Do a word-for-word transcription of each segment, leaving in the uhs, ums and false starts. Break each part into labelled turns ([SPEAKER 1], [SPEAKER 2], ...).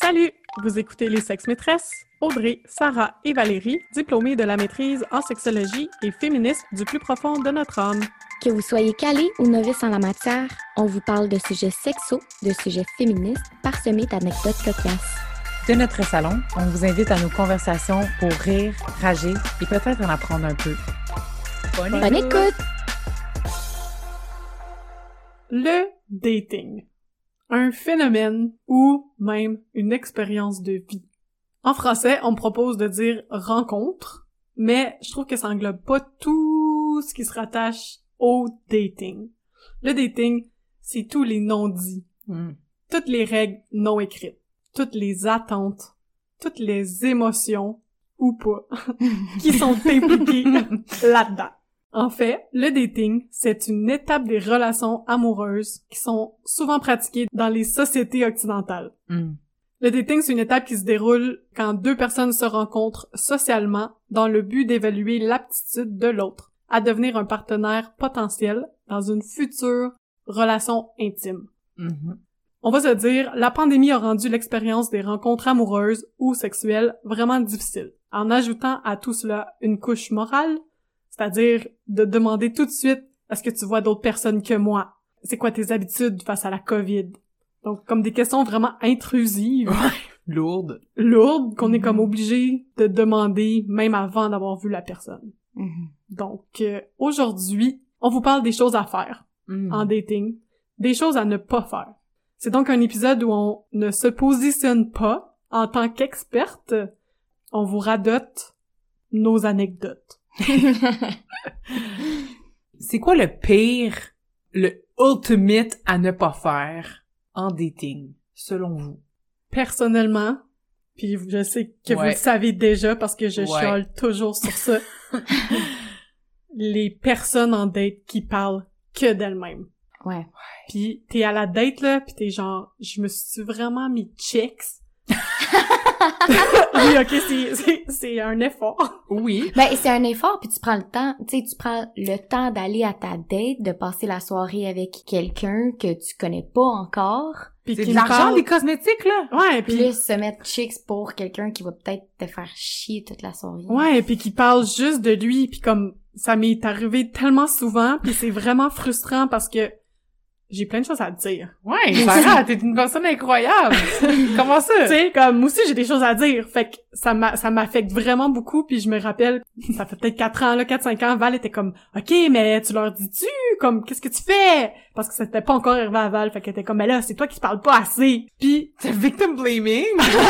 [SPEAKER 1] Salut! Vous écoutez Les Sexes Maîtresses, Audrey, Sarah et Valérie, diplômées de la maîtrise en sexologie et féministes du plus profond de notre âme.
[SPEAKER 2] Que vous soyez calé ou novice en la matière, on vous parle de sujets sexos, de sujets féministes, parsemés d'anecdotes cocasses.
[SPEAKER 3] De notre salon, on vous invite à nos conversations pour rire, rager et peut-être en apprendre un peu.
[SPEAKER 2] Bonne, Bonne écoute! écoute!
[SPEAKER 1] Le dating. Un phénomène ou même une expérience de vie. En français, on me propose de dire « rencontre », mais je trouve que ça englobe pas tout ce qui se rattache au dating. Le dating, c'est tous les non-dits, mm. toutes les règles non écrites, toutes les attentes, toutes les émotions, ou pas, qui sont impliquées là-dedans. En fait, le dating, c'est une étape des relations amoureuses qui sont souvent pratiquées dans les sociétés occidentales. Mm. Le dating, c'est une étape qui se déroule quand deux personnes se rencontrent socialement dans le but d'évaluer l'aptitude de l'autre à devenir un partenaire potentiel dans une future relation intime. Mm-hmm. On va se dire, la pandémie a rendu l'expérience des rencontres amoureuses ou sexuelles vraiment difficile, en ajoutant à tout cela une couche morale, c'est-à-dire de demander tout de suite « Est-ce que tu vois d'autres personnes que moi? C'est quoi tes habitudes face à la COVID? » Donc, comme des questions vraiment intrusives.
[SPEAKER 3] Lourdes.
[SPEAKER 1] Lourdes, qu'on mm-hmm. est comme obligé de demander même avant d'avoir vu la personne. Mm-hmm. Donc, euh, aujourd'hui, on vous parle des choses à faire mm. en dating, des choses à ne pas faire. C'est donc un épisode où on ne se positionne pas en tant qu'experte, on vous radote nos anecdotes.
[SPEAKER 3] C'est quoi le pire, le ultimate à ne pas faire en dating, selon vous?
[SPEAKER 1] Personnellement, puis je sais que ouais. vous le savez déjà parce que je ouais. chiale toujours sur ça, les personnes en date qui parlent que d'elles-mêmes.
[SPEAKER 2] Ouais.
[SPEAKER 1] Puis t'es à la date, là, pis t'es genre, je me suis vraiment mis checks. Oui, ok, c'est, c'est, c'est un effort.
[SPEAKER 3] Oui.
[SPEAKER 2] Ben, c'est un effort, puis tu prends le temps, tu sais, tu prends le temps d'aller à ta date, de passer la soirée avec quelqu'un que tu connais pas encore.
[SPEAKER 3] Puis c'est de l'argent, parle... les cosmétiques, là.
[SPEAKER 1] Ouais, puis
[SPEAKER 2] plus se mettre chicks pour quelqu'un qui va peut-être te faire chier toute la soirée.
[SPEAKER 1] Ouais, puis qui parle juste de lui, puis comme, ça m'est arrivé tellement souvent, puis c'est vraiment frustrant parce que j'ai plein de choses à te dire.
[SPEAKER 3] Ouais, Sarah, t'es une personne incroyable. Comment ça?
[SPEAKER 1] Tu sais, comme, moi aussi, j'ai des choses à dire. Fait que ça m'a, ça m'affecte vraiment beaucoup, puis je me rappelle, ça fait peut-être quatre ans, là, quatre, cinq ans, Val était comme, OK, mais tu leur dis-tu? Comme, qu'est-ce que tu fais? Parce que ça t'était pas encore arrivé à Val, fait qu'elle était comme, mais là, c'est toi qui parles pas assez. Puis
[SPEAKER 3] c'est victim blaming.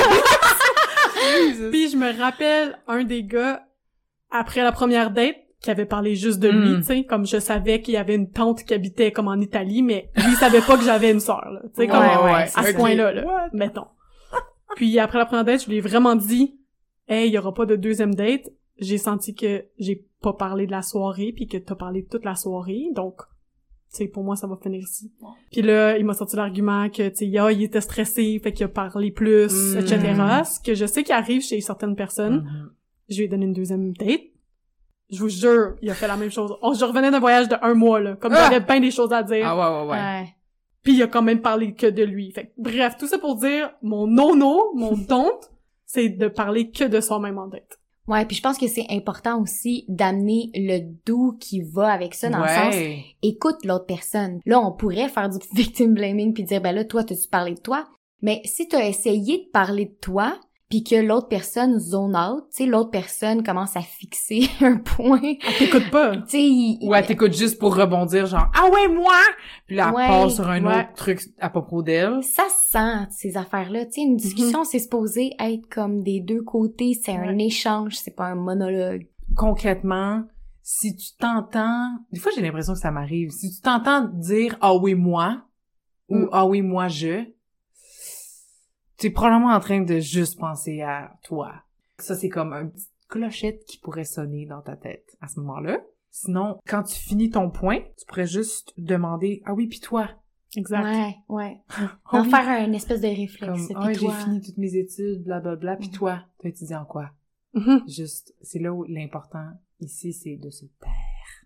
[SPEAKER 1] Puis je me rappelle, un des gars, après la première date, qui avait parlé juste de lui, mm. tu sais, comme je savais qu'il y avait une tante qui habitait comme en Italie, mais lui, il savait pas que j'avais une sœur, là, tu sais, comme
[SPEAKER 3] ouais, ouais,
[SPEAKER 1] à ce okay. point-là, là, What? mettons. Puis après la première date, je lui ai vraiment dit, « Hey, il y aura pas de deuxième date. » J'ai senti que j'ai pas parlé de la soirée, puis que t'as parlé de toute la soirée, donc, tu sais, pour moi, ça va finir ici. Ouais. Puis là, il m'a sorti l'argument que, tu sais, ah, il était stressé, fait qu'il a parlé plus, mm. et cetera. Ce que je sais qui arrive chez certaines personnes. Mm-hmm. Je lui ai donné une deuxième date. Je vous jure, il a fait la même chose. On, je revenais d'un voyage de un mois, là. Comme ah! J'avais bien des choses à dire.
[SPEAKER 3] Ah ouais, ouais, ouais. ouais.
[SPEAKER 1] Puis il a quand même parlé que de lui. Fait que, bref, tout ça pour dire, mon nono, mon don't, c'est de parler que de soi-même en date.
[SPEAKER 2] Ouais, puis je pense que c'est important aussi d'amener le doux qui va avec ça, dans ouais. le sens, écoute l'autre personne. Là, on pourrait faire du victim blaming puis dire, ben là, toi, t'as-tu parlé de toi? Mais si t'as essayé de parler de toi, puis que l'autre personne zone out, tu sais, l'autre personne commence à fixer un point.
[SPEAKER 1] Elle t'écoute pas.
[SPEAKER 2] Tu sais, il...
[SPEAKER 3] Ou elle t'écoute juste pour rebondir, genre « Ah ouais, moi! » Puis là, elle
[SPEAKER 2] ouais,
[SPEAKER 3] passe sur un
[SPEAKER 2] ouais.
[SPEAKER 3] autre truc à propos d'elle.
[SPEAKER 2] Ça se sent, ces affaires-là. Tu sais, une discussion, mm-hmm. c'est supposé être comme des deux côtés. C'est ouais. un échange, c'est pas un monologue.
[SPEAKER 3] Concrètement, si tu t'entends... Des fois, j'ai l'impression que ça m'arrive. Si tu t'entends dire « Ah oui, moi! » ou mm. « Ah oui, moi, je! » t'es probablement en train de juste penser à toi. Ça, c'est comme une petite clochette qui pourrait sonner dans ta tête à ce moment-là. Sinon, quand tu finis ton point, tu pourrais juste demander « Ah oui, pis toi? »
[SPEAKER 2] Exact. Ouais, ouais. En oui. faire une espèce de réflexe.
[SPEAKER 3] Comme, ah, j'ai fini toutes mes études, blablabla, pis mm-hmm. toi, t'as étudié en quoi?
[SPEAKER 1] Mm-hmm.
[SPEAKER 3] Juste, c'est là où l'important ici, c'est de se taire.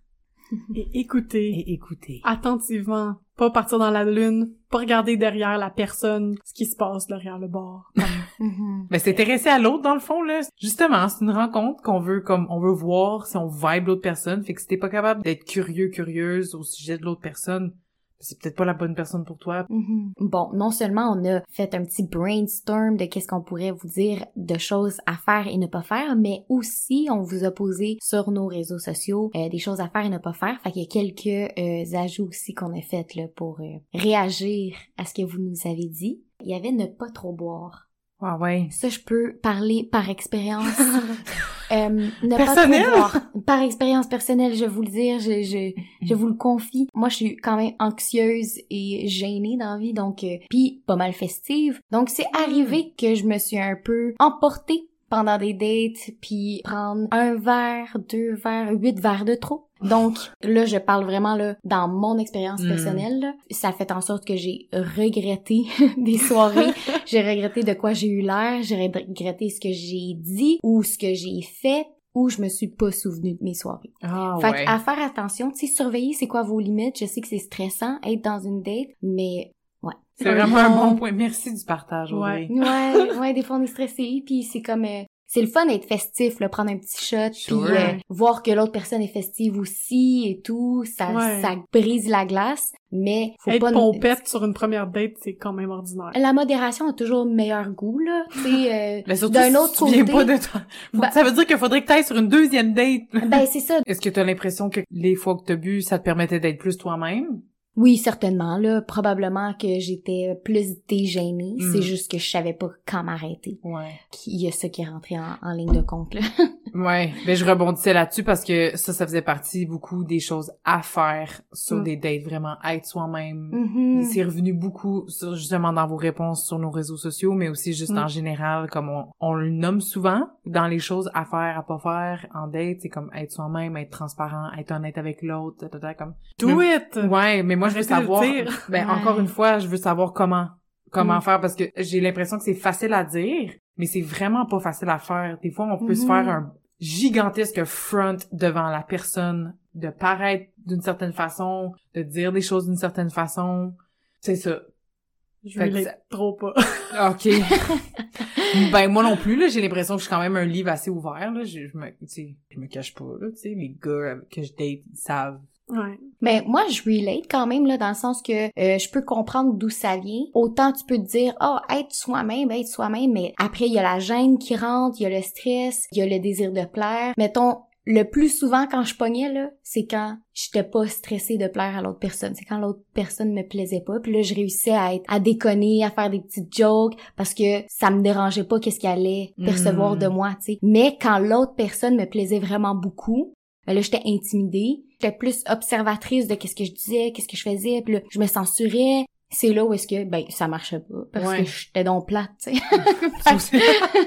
[SPEAKER 1] Et écouter.
[SPEAKER 3] Et écouter.
[SPEAKER 1] Attentivement. Pas partir dans la lune. Pas regarder derrière la personne ce qui se passe derrière le bord.
[SPEAKER 2] Mm-hmm.
[SPEAKER 3] Ben, s'intéresser à l'autre, dans le fond, là. Justement, c'est une rencontre qu'on veut, comme, on veut voir si on vibe l'autre personne. Fait que si t'es pas capable d'être curieux, curieuse au sujet de l'autre personne, c'est peut-être pas la bonne personne pour toi.
[SPEAKER 2] Mm-hmm. Bon, non seulement on a fait un petit brainstorm de qu'est-ce qu'on pourrait vous dire de choses à faire et ne pas faire, mais aussi on vous a posé sur nos réseaux sociaux euh, des choses à faire et ne pas faire. Fait qu'il y a quelques euh, ajouts aussi qu'on a fait là pour euh, réagir à ce que vous nous avez dit. Il y avait ne pas trop boire.
[SPEAKER 3] Ah ouais.
[SPEAKER 2] Ça, je peux parler par expérience. euh, ne
[SPEAKER 3] Personnel?
[SPEAKER 2] pas trop boire. Par expérience personnelle, je vais vous le dire, je, je, je vous le confie. Moi, je suis quand même anxieuse et gênée dans la vie, donc, euh, puis pas mal festive. Donc, c'est arrivé que je me suis un peu emportée pendant des dates, puis prendre un verre, deux verres, huit verres de trop. Donc, là, je parle vraiment, là, dans mon expérience
[SPEAKER 3] Mm.
[SPEAKER 2] personnelle, là. Ça fait en sorte que j'ai regretté des soirées. J'ai regretté de quoi j'ai eu l'air. J'ai regretté ce que j'ai dit ou ce que j'ai fait ou je me suis pas souvenue de mes soirées.
[SPEAKER 3] Ah
[SPEAKER 2] Fait
[SPEAKER 3] ouais.
[SPEAKER 2] qu'à faire attention, tu sais, surveiller c'est quoi vos limites. Je sais que c'est stressant, être dans une date, mais ouais.
[SPEAKER 3] C'est vraiment un bon point. Merci du partage, Audrey.
[SPEAKER 2] Ouais, ouais, des fois on est stressé, puis c'est comme... euh, c'est le fun d'être festif, là, prendre un petit shot,
[SPEAKER 3] Sure.
[SPEAKER 2] puis euh, voir que l'autre personne est festive aussi et tout, ça
[SPEAKER 1] Ouais.
[SPEAKER 2] ça brise la glace, mais faut
[SPEAKER 1] Être
[SPEAKER 2] pas...
[SPEAKER 1] pompette sur une première date, c'est quand même ordinaire.
[SPEAKER 2] La modération a toujours le meilleur goût, là, tu sais, euh,
[SPEAKER 3] Mais surtout,
[SPEAKER 2] d'un
[SPEAKER 3] si
[SPEAKER 2] autre
[SPEAKER 3] tu viens
[SPEAKER 2] côté...
[SPEAKER 3] pas de toi. Faut-
[SPEAKER 2] Ben-
[SPEAKER 3] ça veut dire qu'il faudrait que t'ailles sur une deuxième date.
[SPEAKER 2] Ben, c'est ça.
[SPEAKER 3] Est-ce que t'as l'impression que les fois que t'as bu, ça te permettait d'être plus toi-même?
[SPEAKER 2] Oui, certainement, là, probablement que j'étais plus dégênée,
[SPEAKER 3] Mm.
[SPEAKER 2] c'est juste que je savais pas quand m'arrêter.
[SPEAKER 3] Ouais.
[SPEAKER 2] Il y a ça qui est rentré en, en ligne de compte, là.
[SPEAKER 3] Ouais. Ben, je rebondissais là-dessus parce que ça, ça faisait partie beaucoup des choses à faire sur
[SPEAKER 1] Mm.
[SPEAKER 3] des dates, vraiment être soi-même.
[SPEAKER 2] Mhm.
[SPEAKER 3] C'est revenu beaucoup, sur, justement, dans vos réponses sur nos réseaux sociaux, mais aussi juste
[SPEAKER 1] Mm.
[SPEAKER 3] en général, comme on, on le nomme souvent, dans les choses à faire, à pas faire en date, c'est comme être soi-même, être transparent, être honnête avec l'autre, ta, ta, ta, comme...
[SPEAKER 1] Do it!
[SPEAKER 3] Ouais, mais moi, je veux
[SPEAKER 1] Arrêtez de le
[SPEAKER 3] savoir...
[SPEAKER 1] dire.
[SPEAKER 3] Ben,
[SPEAKER 2] Ouais.
[SPEAKER 3] encore une fois, je veux savoir comment, comment
[SPEAKER 1] Mm.
[SPEAKER 3] faire, parce que j'ai l'impression que c'est facile à dire, mais c'est vraiment pas facile à faire. Des fois, on peut se
[SPEAKER 2] Mhm.
[SPEAKER 3] faire un gigantesque front devant la personne, de paraître d'une certaine façon, de dire des choses d'une certaine façon. C'est ça.
[SPEAKER 1] Je
[SPEAKER 3] Fait
[SPEAKER 1] vais
[SPEAKER 3] que
[SPEAKER 1] l'être
[SPEAKER 3] ça-
[SPEAKER 1] trop pas.
[SPEAKER 3] OK. Ben, moi non plus, là, j'ai l'impression que je suis quand même un livre assez ouvert, là. Je, je me, tu sais, je me cache pas, là, tu sais. Les gars avec- que je date, ils savent.
[SPEAKER 1] Ouais.
[SPEAKER 2] Mais moi, je relate quand même, là, dans le sens que euh, je peux comprendre d'où ça vient. Autant tu peux te dire, oh, être soi-même, être soi-même, mais après, il y a la gêne qui rentre, il y a le stress, il y a le désir de plaire. Mettons, le plus souvent, quand je pognais, là, c'est quand j'étais pas stressée de plaire à l'autre personne. C'est quand l'autre personne me plaisait pas. Puis là, je réussissais à être, à déconner, à faire des petites jokes, parce que ça me dérangeait pas qu'est-ce qu'elle allait percevoir
[SPEAKER 3] Mm.
[SPEAKER 2] de moi, tu sais. Mais quand l'autre personne me plaisait vraiment beaucoup, ben là, j'étais intimidée. J'étais plus observatrice de qu'est-ce que je disais, qu'est-ce que je faisais. Puis là, je me censurais. C'est là où est-ce que, ben, ça marchait pas. Parce
[SPEAKER 3] Ouais.
[SPEAKER 2] que j'étais donc plate, tu sais.
[SPEAKER 3] Ça aussi.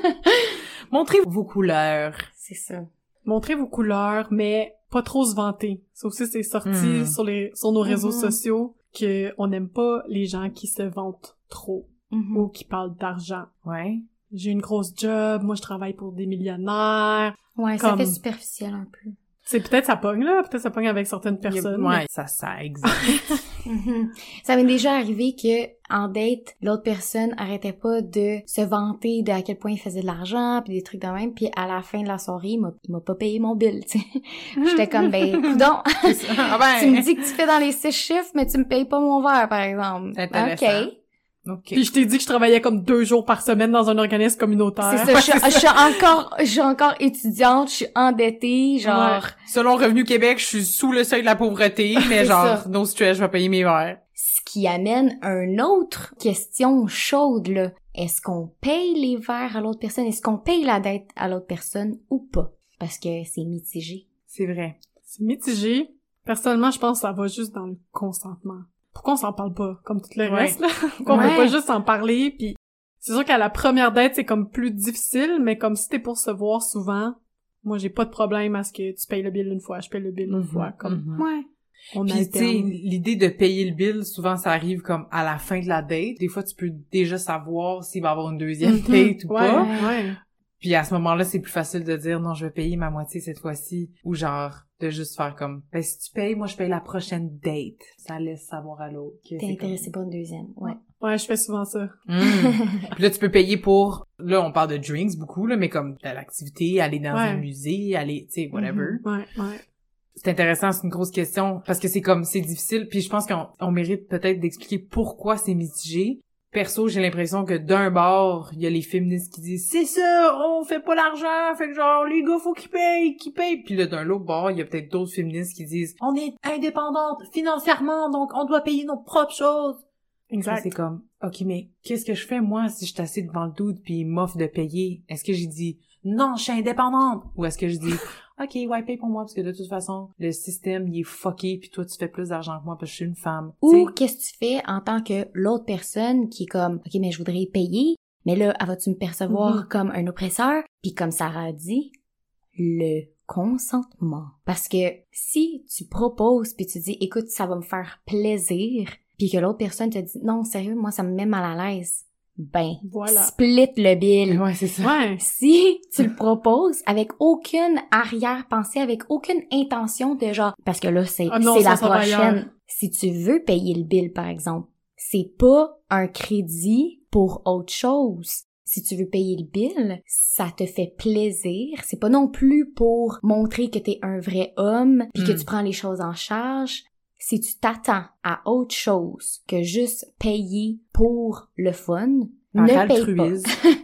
[SPEAKER 3] Montrez vos couleurs.
[SPEAKER 2] C'est ça.
[SPEAKER 1] Montrez vos couleurs, mais pas trop se vanter. Ça aussi, c'est sorti
[SPEAKER 3] Mm.
[SPEAKER 1] sur les sur nos réseaux
[SPEAKER 2] Mhm.
[SPEAKER 1] sociaux que on n'aime pas les gens qui se vantent trop
[SPEAKER 2] Mhm.
[SPEAKER 1] ou qui parlent d'argent.
[SPEAKER 3] Ouais.
[SPEAKER 1] J'ai une grosse job, moi je travaille pour des millionnaires.
[SPEAKER 2] Ouais, ça
[SPEAKER 1] Comme-
[SPEAKER 2] fait superficiel un peu.
[SPEAKER 1] C'est peut-être ça pogne là, peut-être ça pogne avec certaines personnes.
[SPEAKER 3] Ouais, ça, ça existe.
[SPEAKER 2] Mhm. Ça m'est déjà arrivé que en date, l'autre personne arrêtait pas de se vanter de à quel point il faisait de l'argent puis des trucs de même, puis à la fin de la soirée, il m'a, il m'a pas payé mon bill, tu sais. J'étais comme ben coudonc,
[SPEAKER 3] C'est ça. Ah ben,
[SPEAKER 2] tu me dis que tu fais dans les six chiffres mais tu me payes pas mon verre par exemple.
[SPEAKER 3] Intéressant.
[SPEAKER 2] OK.
[SPEAKER 3] OK.
[SPEAKER 1] Puis je t'ai dit que je travaillais comme deux jours par semaine dans un organisme communautaire.
[SPEAKER 2] C'est ça, je, suis- je suis encore je suis encore étudiante, je suis endettée, genre
[SPEAKER 3] Selon Revenu Québec, je suis sous le seuil de la pauvreté, mais
[SPEAKER 2] C'est
[SPEAKER 3] genre,
[SPEAKER 2] ça.
[SPEAKER 3] no stress, je vais payer mes verres.
[SPEAKER 2] ce qui amène une autre question chaude, là. Est-ce qu'on paye les verres à l'autre personne? Est-ce qu'on paye la dette à l'autre personne ou pas? Parce que c'est mitigé.
[SPEAKER 3] C'est vrai.
[SPEAKER 1] C'est mitigé. Personnellement, je pense que ça va juste dans le consentement. Pourquoi on s'en parle pas, comme tout le
[SPEAKER 3] Ouais.
[SPEAKER 1] reste, là? Pourquoi on
[SPEAKER 2] Ouais.
[SPEAKER 1] peut pas juste en parler, puis c'est sûr qu'à la première date, c'est comme plus difficile, mais comme si t'es pour se voir souvent, moi, j'ai pas de problème à ce que tu payes le bill une fois, je paye le bill une fois, comme
[SPEAKER 3] Mhm.
[SPEAKER 2] Ouais.
[SPEAKER 1] on
[SPEAKER 3] Puis, tu sais,
[SPEAKER 1] alterne.
[SPEAKER 3] l'idée de payer le bill, souvent, ça arrive comme à la fin de la date. Des fois, tu peux déjà savoir s'il va y avoir une deuxième
[SPEAKER 1] Mhm.
[SPEAKER 3] date ou
[SPEAKER 1] Ouais,
[SPEAKER 3] pas.
[SPEAKER 1] ouais.
[SPEAKER 3] Puis à ce moment-là, c'est plus facile de dire non, je vais payer ma moitié cette fois-ci. Ou genre, de juste faire comme, ben si tu payes, moi je paye la prochaine date. Ça laisse savoir à l'autre que
[SPEAKER 2] T'es
[SPEAKER 3] c'est
[SPEAKER 2] intéressé
[SPEAKER 3] comme...
[SPEAKER 2] pour une deuxième, ouais.
[SPEAKER 1] Ouais, je fais souvent ça.
[SPEAKER 3] Mmh. Puis là, tu peux payer pour, là, on parle de drinks beaucoup, là, mais comme de l'activité, aller dans
[SPEAKER 1] Ouais.
[SPEAKER 3] un musée, aller, tu sais, whatever.
[SPEAKER 1] Mm-hmm. Ouais, ouais.
[SPEAKER 3] C'est intéressant, c'est une grosse question, parce que c'est comme, c'est difficile, puis je pense qu'on on mérite peut-être d'expliquer pourquoi c'est mitigé. Perso, j'ai l'impression que d'un bord, il y a les féministes qui disent « C'est ça, on fait pas l'argent, fait que genre, les gars, faut qu'ils payent, qu'ils payent. » Puis là, d'un autre bord, il y a peut-être d'autres féministes qui disent « On est indépendante financièrement, donc on doit payer nos propres choses. »
[SPEAKER 1] Exact.
[SPEAKER 3] C'est comme, OK, mais qu'est-ce que je fais, moi, si je suis assise devant le dude pis il m'offre de payer? Est-ce que j'ai dit « Non, je suis indépendante » ou est-ce que je dis « OK, ouais, paye pour moi parce que de toute façon, le système, il est fucké pis toi, tu fais plus d'argent que moi parce que je suis une femme. »
[SPEAKER 2] Ou qu'est-ce que tu fais en tant que l'autre personne qui est comme « OK, mais je voudrais payer, mais là, vas-tu me percevoir
[SPEAKER 1] Mm-hmm.
[SPEAKER 2] comme un oppresseur? » Puis comme Sarah a dit, le consentement. Parce que si tu proposes puis tu dis « Écoute, ça va me faire plaisir », puis que l'autre personne te dit « Non, sérieux, moi, ça me met mal à l'aise. » Ben,
[SPEAKER 1] Voilà.
[SPEAKER 2] split le bill.
[SPEAKER 3] Ouais, c'est ça.
[SPEAKER 1] Ouais.
[SPEAKER 2] Si tu le proposes avec aucune arrière-pensée, avec aucune intention de genre... Parce que là, c'est
[SPEAKER 1] Ah non,
[SPEAKER 2] c'est
[SPEAKER 1] ça,
[SPEAKER 2] la
[SPEAKER 1] ça va ailleurs.
[SPEAKER 2] prochaine. Si tu veux payer le bill, par exemple, c'est pas un crédit pour autre chose. Si tu veux payer le bill, ça te fait plaisir. C'est pas non plus pour montrer que t'es un vrai homme puis que
[SPEAKER 3] Mm.
[SPEAKER 2] tu prends les choses en charge. Si tu t'attends à autre chose que juste payer pour le fun,
[SPEAKER 3] Par
[SPEAKER 2] ne paye
[SPEAKER 3] altruisme.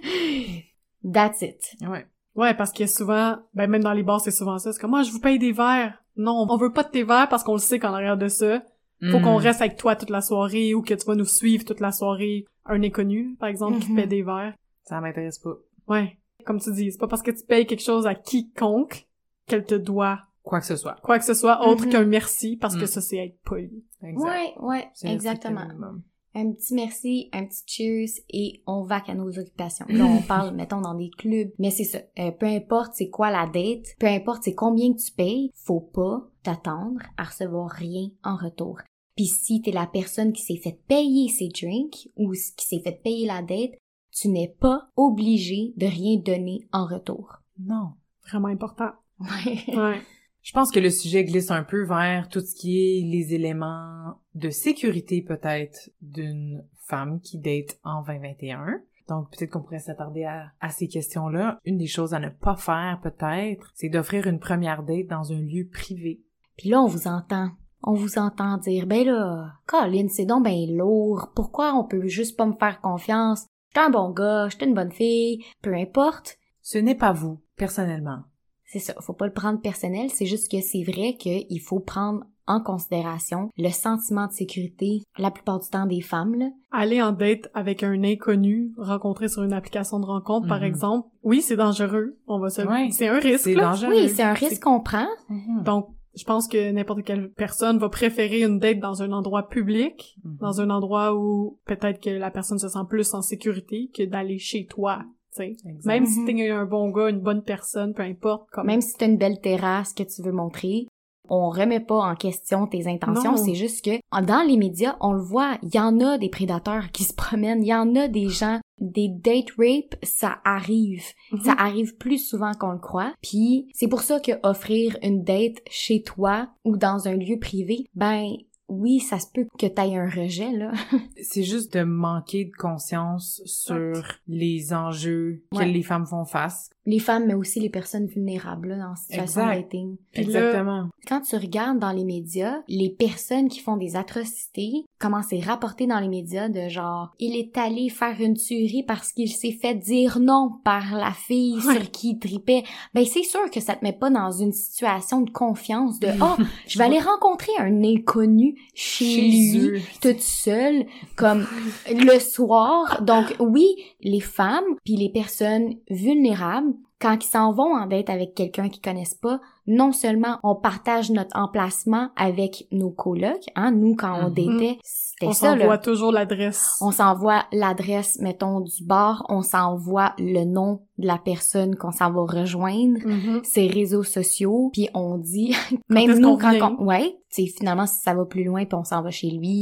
[SPEAKER 2] pas. That's it.
[SPEAKER 3] Ouais.
[SPEAKER 1] Ouais, parce que souvent, ben même dans les bars, c'est souvent ça. C'est comme, moi, je vous paye des verres. Non, on veut pas de tes verres parce qu'on le sait qu'en arrière de ça, faut
[SPEAKER 3] Mm.
[SPEAKER 1] qu'on reste avec toi toute la soirée ou que tu vas nous suivre toute la soirée. Un inconnu, par exemple, qui te
[SPEAKER 2] Mhm.
[SPEAKER 1] paie des verres.
[SPEAKER 3] Ça m'intéresse pas.
[SPEAKER 1] Ouais. Comme tu dis, c'est pas parce que tu payes quelque chose à quiconque qu'elle te doit
[SPEAKER 3] Quoi que ce soit.
[SPEAKER 1] quoi que ce soit autre
[SPEAKER 2] Mhm.
[SPEAKER 1] qu'un merci, parce que
[SPEAKER 3] Mm.
[SPEAKER 1] ça, c'est être poli.
[SPEAKER 3] Exact.
[SPEAKER 2] Ouais, ouais,
[SPEAKER 3] C'est le strict
[SPEAKER 2] exactement.
[SPEAKER 3] minimum.
[SPEAKER 2] Un petit merci, un petit cheers et on va à nos occupations. Là, on parle, mettons, dans des clubs. Mais c'est ça. Euh, peu importe c'est quoi la date, peu importe c'est combien que tu payes, faut pas t'attendre à recevoir rien en retour. Puis si t'es la personne qui s'est fait payer ses drinks ou qui s'est fait payer la date, tu n'es pas obligé de rien donner en retour.
[SPEAKER 3] Non.
[SPEAKER 1] Vraiment important.
[SPEAKER 2] Ouais.
[SPEAKER 1] Ouais.
[SPEAKER 3] Je pense que le sujet glisse un peu vers tout ce qui est les éléments de sécurité peut-être d'une femme qui date en vingt vingt et un. Donc peut-être qu'on pourrait s'attarder à, à ces questions-là. Une des choses à ne pas faire peut-être, c'est d'offrir une première date dans un lieu privé.
[SPEAKER 2] Puis là, on vous entend. On vous entend dire, ben là, Colin, c'est donc ben lourd. Pourquoi on peut juste pas me faire confiance? J'étais un bon gars, j'étais une bonne fille, peu importe.
[SPEAKER 3] Ce n'est pas vous, personnellement.
[SPEAKER 2] C'est ça, faut pas le prendre personnel, c'est juste que c'est vrai qu'il faut prendre en considération le sentiment de sécurité, la plupart du temps des femmes, là.
[SPEAKER 1] Aller en date avec un inconnu, rencontré sur une application de rencontre, par
[SPEAKER 3] Mhm.
[SPEAKER 1] exemple, oui, c'est dangereux. On va se le-
[SPEAKER 3] Ouais.
[SPEAKER 1] c'est un risque,
[SPEAKER 3] C'est
[SPEAKER 1] là.
[SPEAKER 3] dangereux.
[SPEAKER 2] Oui, c'est un risque
[SPEAKER 1] C'est-
[SPEAKER 2] qu'on prend.
[SPEAKER 3] Mhm.
[SPEAKER 1] Donc, je pense que n'importe quelle personne va préférer une date dans un endroit public,
[SPEAKER 3] Mhm.
[SPEAKER 1] dans un endroit où peut-être que la personne se sent plus en sécurité que d'aller chez toi, tu sais.
[SPEAKER 3] Exact.
[SPEAKER 1] Même si
[SPEAKER 2] Mhm.
[SPEAKER 1] t'es un bon gars, une bonne personne, peu importe, comme...
[SPEAKER 2] Même si t'as une belle terrasse que tu veux montrer, on remet pas en question tes intentions,
[SPEAKER 1] Non.
[SPEAKER 2] c'est juste que dans les médias, on le voit, il y en a des prédateurs qui se promènent, il y en a des gens, des date rape, ça arrive.
[SPEAKER 1] Mhm.
[SPEAKER 2] Ça arrive plus souvent qu'on le croit. Puis c'est pour ça que offrir une date chez toi ou dans un lieu privé, ben oui, ça se peut que t'ailles un rejet, là.
[SPEAKER 3] C'est juste de manquer de conscience sur les enjeux que
[SPEAKER 2] Ouais.
[SPEAKER 3] les femmes font face.
[SPEAKER 2] Les femmes, mais aussi les personnes vulnérables, là, dans la situation de
[SPEAKER 3] Exact.
[SPEAKER 2] dating.
[SPEAKER 1] Puis là-
[SPEAKER 3] Exactement.
[SPEAKER 2] Quand tu regardes dans les médias, les personnes qui font des atrocités, comment c'est rapporté dans les médias de genre, il est allé faire une tuerie parce qu'il s'est fait dire non par la fille
[SPEAKER 1] Ouais.
[SPEAKER 2] sur qui il tripait. Ben, c'est sûr que ça te met pas dans une situation de confiance de, oh, je vais aller rencontrer un inconnu chez,
[SPEAKER 3] Chez
[SPEAKER 2] lui,
[SPEAKER 3] eux.
[SPEAKER 2] toute seule, comme le soir. Donc, oui, les femmes puis les personnes vulnérables, quand ils s'en vont en date avec quelqu'un qu'ils connaissent pas, non seulement on partage notre emplacement avec nos colocs, hein, nous quand on
[SPEAKER 3] Mhm.
[SPEAKER 2] datait, c'était
[SPEAKER 1] On
[SPEAKER 2] ça,
[SPEAKER 1] s'envoie
[SPEAKER 2] là.
[SPEAKER 1] toujours l'adresse.
[SPEAKER 2] On s'envoie l'adresse, mettons, du bar, on s'envoie le nom de la personne qu'on s'en va rejoindre,
[SPEAKER 1] Mhm.
[SPEAKER 2] ses réseaux sociaux, puis on dit, même
[SPEAKER 1] est-ce
[SPEAKER 2] nous
[SPEAKER 1] qu'on
[SPEAKER 2] quand
[SPEAKER 1] vient?
[SPEAKER 2] on, ouais, tu sais, finalement si ça va plus loin, puis on s'en va chez lui, puis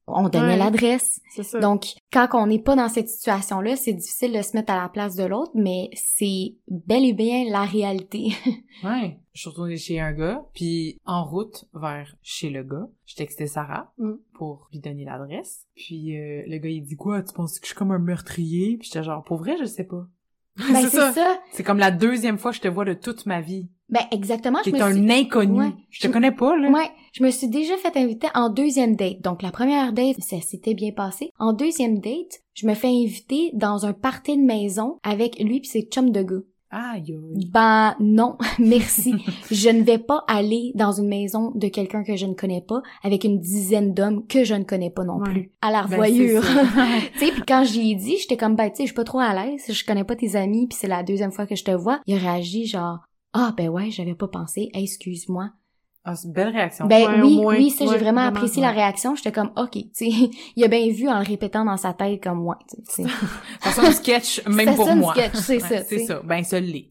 [SPEAKER 2] On donnait
[SPEAKER 1] Ouais.
[SPEAKER 2] l'adresse.
[SPEAKER 1] C'est ça.
[SPEAKER 2] Donc, quand on n'est pas dans cette situation-là, c'est difficile de se mettre à la place de l'autre, mais c'est bel et bien la réalité.
[SPEAKER 3] Ouais. Je suis retournée chez un gars, puis en route vers chez le gars, je textais Sarah
[SPEAKER 1] Mm.
[SPEAKER 3] pour lui donner l'adresse. Puis euh, le gars, il dit quoi? Tu penses que je suis comme un meurtrier? Puis j'étais genre, pour vrai, je sais pas.
[SPEAKER 2] Ben,
[SPEAKER 1] c'est
[SPEAKER 2] c'est
[SPEAKER 1] ça.
[SPEAKER 2] ça.
[SPEAKER 3] C'est comme la deuxième fois que je te vois de toute ma vie.
[SPEAKER 2] Ben, exactement. Je
[SPEAKER 3] T'es
[SPEAKER 2] me
[SPEAKER 3] un
[SPEAKER 2] suis...
[SPEAKER 3] inconnu.
[SPEAKER 2] Ouais.
[SPEAKER 3] Je te connais pas, là.
[SPEAKER 2] Ouais, je me suis déjà fait inviter en deuxième date. Donc, la première date, ça s'était bien passé. En deuxième date, je me fais inviter dans un party de maison avec lui pis ses chums de gars.
[SPEAKER 3] Aïe, aïe.
[SPEAKER 2] Ben non, merci. Je ne vais pas aller dans une maison de quelqu'un que je ne connais pas avec une dizaine d'hommes que je ne connais pas non
[SPEAKER 1] Ouais.
[SPEAKER 2] plus. À la
[SPEAKER 3] Ben,
[SPEAKER 2] revoyure.
[SPEAKER 3] c'est ça.
[SPEAKER 2] Tu sais, puis quand j'y ai dit, j'étais comme, ben, tu sais, je suis pas trop à l'aise, je connais pas tes amis, puis c'est la deuxième fois que je te vois. Il a réagi genre, ah, ben ouais, j'avais pas pensé, hey, excuse-moi.
[SPEAKER 3] Ah, c'est une belle réaction.
[SPEAKER 2] Ben
[SPEAKER 1] Ouais,
[SPEAKER 2] oui,
[SPEAKER 1] au moins.
[SPEAKER 2] oui, ça, j'ai
[SPEAKER 1] Ouais,
[SPEAKER 2] vraiment
[SPEAKER 1] vraiment,
[SPEAKER 2] apprécié
[SPEAKER 1] ouais.
[SPEAKER 2] la réaction. J'étais comme, ok, tu sais, il a bien vu en le répétant dans sa tête comme moi, tu sais.
[SPEAKER 3] Ça sonne sketch, même
[SPEAKER 2] Ça
[SPEAKER 3] pour
[SPEAKER 2] sonne
[SPEAKER 3] moi.
[SPEAKER 2] sketch, c'est
[SPEAKER 3] Ouais,
[SPEAKER 2] ça,
[SPEAKER 3] c'est
[SPEAKER 2] tu sais.
[SPEAKER 3] ça. Ben, ça l'est.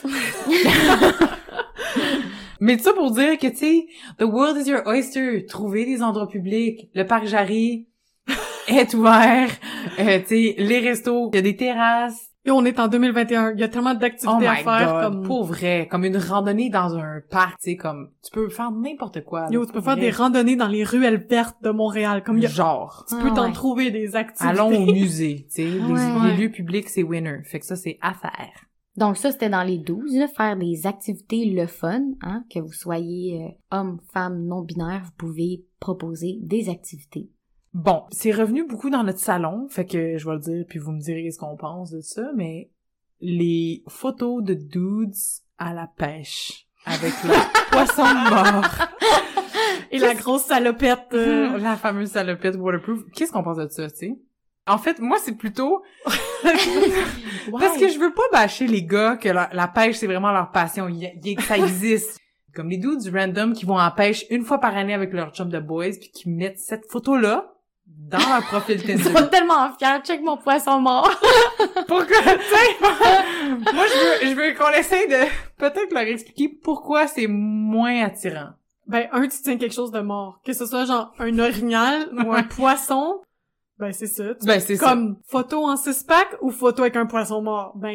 [SPEAKER 3] Mais tout ça pour dire que, tu sais, the world is your oyster. Trouver des endroits publics. Le parc Jarry est ouvert. Euh, tu sais, les restos. Il y a des terrasses.
[SPEAKER 1] Et on est en deux mille vingt et un. Il y a tellement
[SPEAKER 3] Oh
[SPEAKER 1] d'activités à
[SPEAKER 3] my
[SPEAKER 1] faire
[SPEAKER 3] god.
[SPEAKER 1] comme...
[SPEAKER 3] Pour vrai. Comme une randonnée dans un parc, tu sais, comme, tu peux faire n'importe quoi. là,
[SPEAKER 1] Yo, tu peux
[SPEAKER 3] pour
[SPEAKER 1] faire
[SPEAKER 3] vrai.
[SPEAKER 1] des randonnées dans les ruelles vertes de Montréal. Comme il y a...
[SPEAKER 3] Genre.
[SPEAKER 1] Tu peux
[SPEAKER 2] Ah,
[SPEAKER 1] t'en
[SPEAKER 2] ouais.
[SPEAKER 1] trouver des activités.
[SPEAKER 3] Allons au musée, tu sais. Les,
[SPEAKER 2] Ouais.
[SPEAKER 3] les lieux publics, c'est winner. Fait que ça, c'est à faire.
[SPEAKER 2] Donc ça, c'était dans les douze, là, faire des activités le fun, hein, que vous soyez euh, homme, femme, non-binaire, vous pouvez proposer des activités.
[SPEAKER 3] Bon, c'est revenu beaucoup dans notre salon, fait que je vais le dire, puis vous me direz ce qu'on pense de ça, mais les photos de dudes à la pêche avec le poisson mort.
[SPEAKER 1] Et la grosse salopette. euh,
[SPEAKER 3] La fameuse salopette waterproof. Qu'est-ce qu'on pense de ça, tu sais? En fait, moi, c'est plutôt... Parce que je veux pas bâcher les gars que la, la pêche, c'est vraiment leur passion. Il, y- il- ça existe. Comme les dudes random qui vont en pêche une fois par année avec leur chum de boys puis qui mettent cette photo-là dans leur profil
[SPEAKER 2] Ils
[SPEAKER 3] Tinder.
[SPEAKER 2] sont tellement fiers, check mon poisson mort.
[SPEAKER 3] Pourquoi, tu sais, moi, je veux, je veux qu'on essaye de peut-être leur expliquer pourquoi c'est moins attirant.
[SPEAKER 1] Ben, un, tu tiens quelque chose de mort. Que ce soit genre un orignal ou un poisson, ben c'est ça. Tu-
[SPEAKER 3] Ben, c'est ça.
[SPEAKER 1] Comme photo en six-pack ou photo avec un poisson mort? Ben...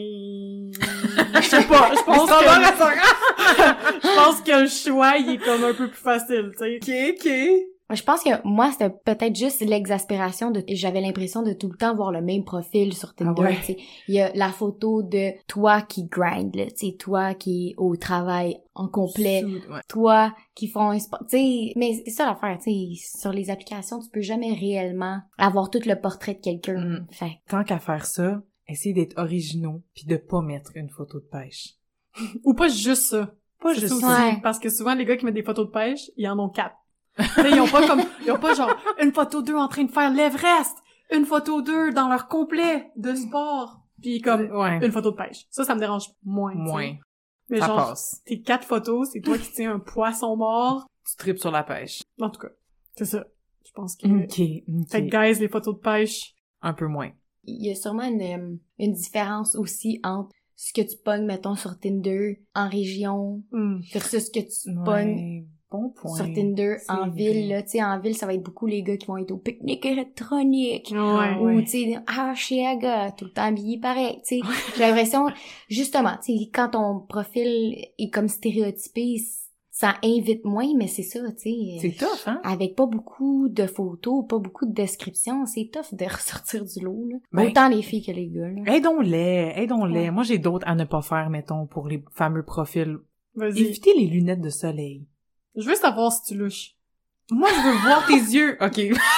[SPEAKER 1] Je sais pas, je pense
[SPEAKER 3] Standard à
[SPEAKER 1] que...
[SPEAKER 3] son-
[SPEAKER 1] Je pense que le choix, il est comme un peu plus facile, tu sais.
[SPEAKER 3] Ok, ok.
[SPEAKER 2] Je pense que moi, c'était peut-être juste l'exaspération de... J'avais l'impression de tout le temps voir le même profil sur Tinder,
[SPEAKER 3] Ah ouais.
[SPEAKER 2] tu sais. Il y a la photo de toi qui grind, là, tu sais, toi qui est au travail en complet,
[SPEAKER 3] Ouais.
[SPEAKER 2] toi qui font un sport, tu sais. Mais c'est ça l'affaire, tu sais, sur les applications, tu peux jamais réellement avoir tout le portrait de quelqu'un.
[SPEAKER 3] Mm.
[SPEAKER 2] Fait
[SPEAKER 3] Tant qu'à faire ça, essayez d'être originaux puis de pas mettre une photo de pêche.
[SPEAKER 1] Ou pas juste ça.
[SPEAKER 3] Pas
[SPEAKER 1] C'est
[SPEAKER 3] juste
[SPEAKER 1] ça
[SPEAKER 3] ça.
[SPEAKER 1] aussi.
[SPEAKER 2] Ouais.
[SPEAKER 1] Parce que souvent, les gars qui mettent des photos de pêche, ils en ont quatre. Tu sais, ils ont pas comme, ils ont pas genre une photo d'eux en train de faire l'Everest, une photo d'eux dans leur complet de sport, puis comme
[SPEAKER 3] Ouais.
[SPEAKER 1] une photo de pêche. Ça, ça me dérange moins. tu sais.
[SPEAKER 3] Moins.
[SPEAKER 1] Mais
[SPEAKER 3] Ça
[SPEAKER 1] genre,
[SPEAKER 3] passe.
[SPEAKER 1] tes quatre photos, c'est toi qui tiens un poisson mort.
[SPEAKER 3] Tu tripes sur la pêche.
[SPEAKER 1] En tout cas, c'est ça. Je pense que...
[SPEAKER 3] Ok, ok.
[SPEAKER 1] Fait que, guys, les photos de pêche...
[SPEAKER 3] Un peu moins.
[SPEAKER 2] il y a sûrement une, euh, une différence aussi entre ce que tu pognes, mettons, sur Tinder en région
[SPEAKER 1] hmm.
[SPEAKER 2] versus ce que tu pognes
[SPEAKER 3] Ouais, bon point.
[SPEAKER 2] sur Tinder
[SPEAKER 3] C'est
[SPEAKER 2] en
[SPEAKER 3] vrai.
[SPEAKER 2] ville, là, tu sais, en ville, ça va être beaucoup les gars qui vont être au pique-nique électronique.
[SPEAKER 1] Ouais.
[SPEAKER 2] Ou,
[SPEAKER 3] ouais.
[SPEAKER 2] tu sais, ah, chez Aga, tout le temps habillé pareil, tu sais. J'ai l'impression, justement, tu sais, quand ton profil est comme stéréotypé, ça invite moins, mais c'est ça, tu sais.
[SPEAKER 3] C'est tough, hein?
[SPEAKER 2] Avec pas beaucoup de photos, pas beaucoup de descriptions, c'est tough de ressortir du lot, là.
[SPEAKER 3] Ben-
[SPEAKER 2] Autant les filles que les gars, là.
[SPEAKER 3] Aidons-les, aidons-les.
[SPEAKER 2] Ouais.
[SPEAKER 3] Moi, j'ai d'autres à ne pas faire, mettons, pour les fameux profils.
[SPEAKER 1] Vas-y.
[SPEAKER 3] Évitez les lunettes de soleil.
[SPEAKER 1] Je veux savoir si tu louches.
[SPEAKER 3] Moi, je veux voir tes yeux. OK.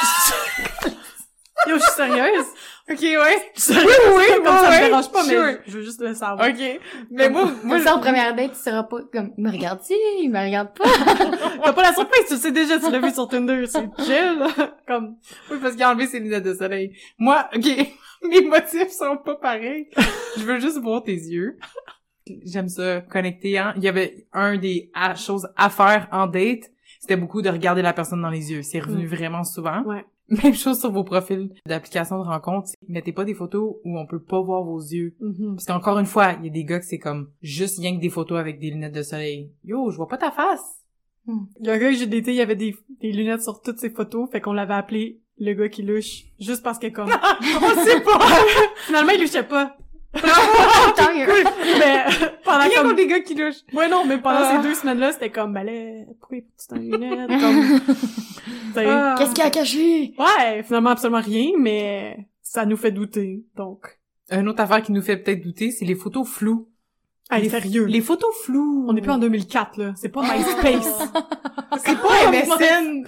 [SPEAKER 1] Yo, je suis sérieuse.
[SPEAKER 3] OK, ouais.
[SPEAKER 1] Je suis sérieuse.
[SPEAKER 3] Oui, oui,
[SPEAKER 1] Comme ça
[SPEAKER 3] ouais,
[SPEAKER 1] me dérange pas,
[SPEAKER 3] sure.
[SPEAKER 1] mais je veux juste le savoir.
[SPEAKER 3] OK. Mais moi, moi,
[SPEAKER 2] Moi, ça, en première date, tu seras pas comme, il me regarde-tu, il me regarde pas.
[SPEAKER 1] T'as pas la surprise, tu le sais déjà, tu l'as vu sur Tinder, c'est chill. Comme,
[SPEAKER 3] oui, parce qu'il a enlevé ses lunettes de soleil. Moi, OK, mes motifs sont pas pareils. Je veux juste voir tes yeux. J'aime ça, connecter, hein. Il y avait un des à- choses à faire en date, c'était beaucoup de regarder la personne dans les yeux. C'est revenu
[SPEAKER 1] Mm.
[SPEAKER 3] vraiment souvent.
[SPEAKER 1] ouais.
[SPEAKER 3] Même chose sur vos profils d'application de rencontre. Mettez pas des photos où on peut pas voir vos yeux.
[SPEAKER 1] Mhm.
[SPEAKER 3] Parce qu'encore une fois, il y a des gars que c'est comme juste rien que des photos avec des lunettes de soleil. Yo, je vois pas ta face.
[SPEAKER 1] Il y a un gars que j'ai daté, il y avait des, des lunettes sur toutes ses photos, fait qu'on l'avait appelé le gars qui louche, juste parce que comme...
[SPEAKER 3] On sait pas!
[SPEAKER 1] Finalement, il louchait pas.
[SPEAKER 2] Tant mieux.
[SPEAKER 1] Mais pendant
[SPEAKER 3] Rien
[SPEAKER 1] comme...
[SPEAKER 3] contre des gars qui louchent.
[SPEAKER 1] Ouais, non, mais pendant
[SPEAKER 3] Ah.
[SPEAKER 1] ces deux semaines-là, c'était comme, ben là, pourquoi il porte en lunettes? Comme... t'sais,
[SPEAKER 3] Ah.
[SPEAKER 2] Qu'est-ce qu'il a caché?
[SPEAKER 1] Ouais, finalement, absolument rien, mais ça nous fait douter, donc...
[SPEAKER 3] Une autre affaire qui nous fait peut-être douter, c'est les photos floues.
[SPEAKER 1] Hey,
[SPEAKER 3] les,
[SPEAKER 1] sérieux.
[SPEAKER 3] Les photos floues.
[SPEAKER 1] On est plus en deux mille quatre, là. C'est pas MySpace.
[SPEAKER 3] C'est pas M S N.